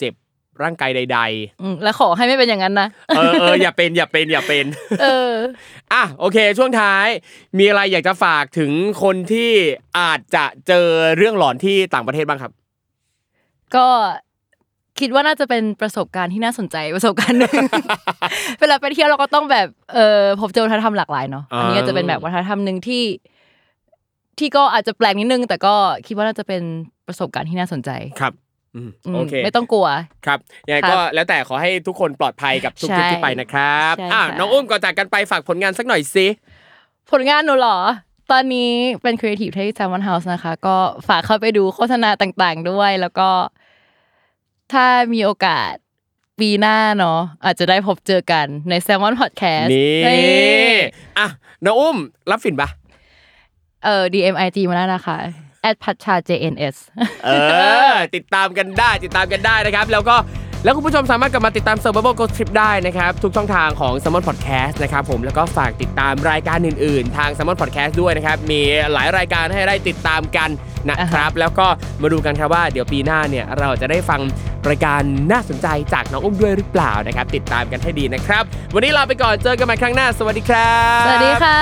ร่างกายใดๆอืมแล้วขอให้ไม่เป็นอย่างนั้นนะเออเอออย่าเป็นอย่าเป็นอย่าเป็นเอออ่ะโอเคช่วงท้ายมีอะไรอยากจะฝากถึงคนที่อาจจะเจอเรื่องหลอนที่ต่างประเทศบ้างครับก็คิดว่าน่าจะเป็นประสบการณ์ที่น่าสนใจประสบการณ์นึง เวลาไปเที่ยวเราก็ต้องแบบเออพบเจอวัฒนธรรมหลากหลายเนาะอันนี้ก็จะเป็นแบบวัฒนธรรมนึงที่ที่ก็อาจจะแปลกนิดนึงแต่ก็คิดว่าน่าจะเป็นประสบการณ์ที่น่าสนใจครับโอเคไม่ต้องกลัวครับยังไงก็แล้วแต่ขอให้ทุกคนปลอดภัยกับทุกทริปที่ไปนะครับอ่ะน้องอุ้มก่อนจากกันไปฝากผลงานสักหน่อยสิผลงานหนูเหรอตอนนี้เป็นครีเอทีฟที่ Salmon House นะคะก็ฝากเข้าไปดูโฆษณาต่างๆด้วยแล้วก็ถ้ามีโอกาสปีหน้าเนาะอาจจะได้พบเจอกันใน Salmon Podcast นี่อ่ะน้องอุ้มรับฝิ่นปะเอ่อ ดี เอ็ม ไอ จี มาแล้วนะคะแอท พัชชา เจ เอ็น เอสเออติดตามกันได้ติดตามกันได้นะครับแล้วก็แล้วคุณผู้ชมสามารถกลับมาติดตาม Survival Ghost Trip ได้นะครับทุกช่องทางของ Salmon Podcast นะครับผมแล้วก็ฝากติดตามรายการอื่นๆทาง Salmon Podcast ด้วยนะครับมีหลายรายการให้ได้ติดตามกันนะครับแล้วก็มาดูกันครับว่าเดี๋ยวปีหน้าเนี่ยเราจะได้ฟังรายการน่าสนใจจากน้องอุ้มด้วยหรือเปล่านะครับติดตามกันให้ดีนะครับวันนี้ลาไปก่อนเจอกันใหม่ครั้งหน้าสวัสดีครับสวัสดีค่ะ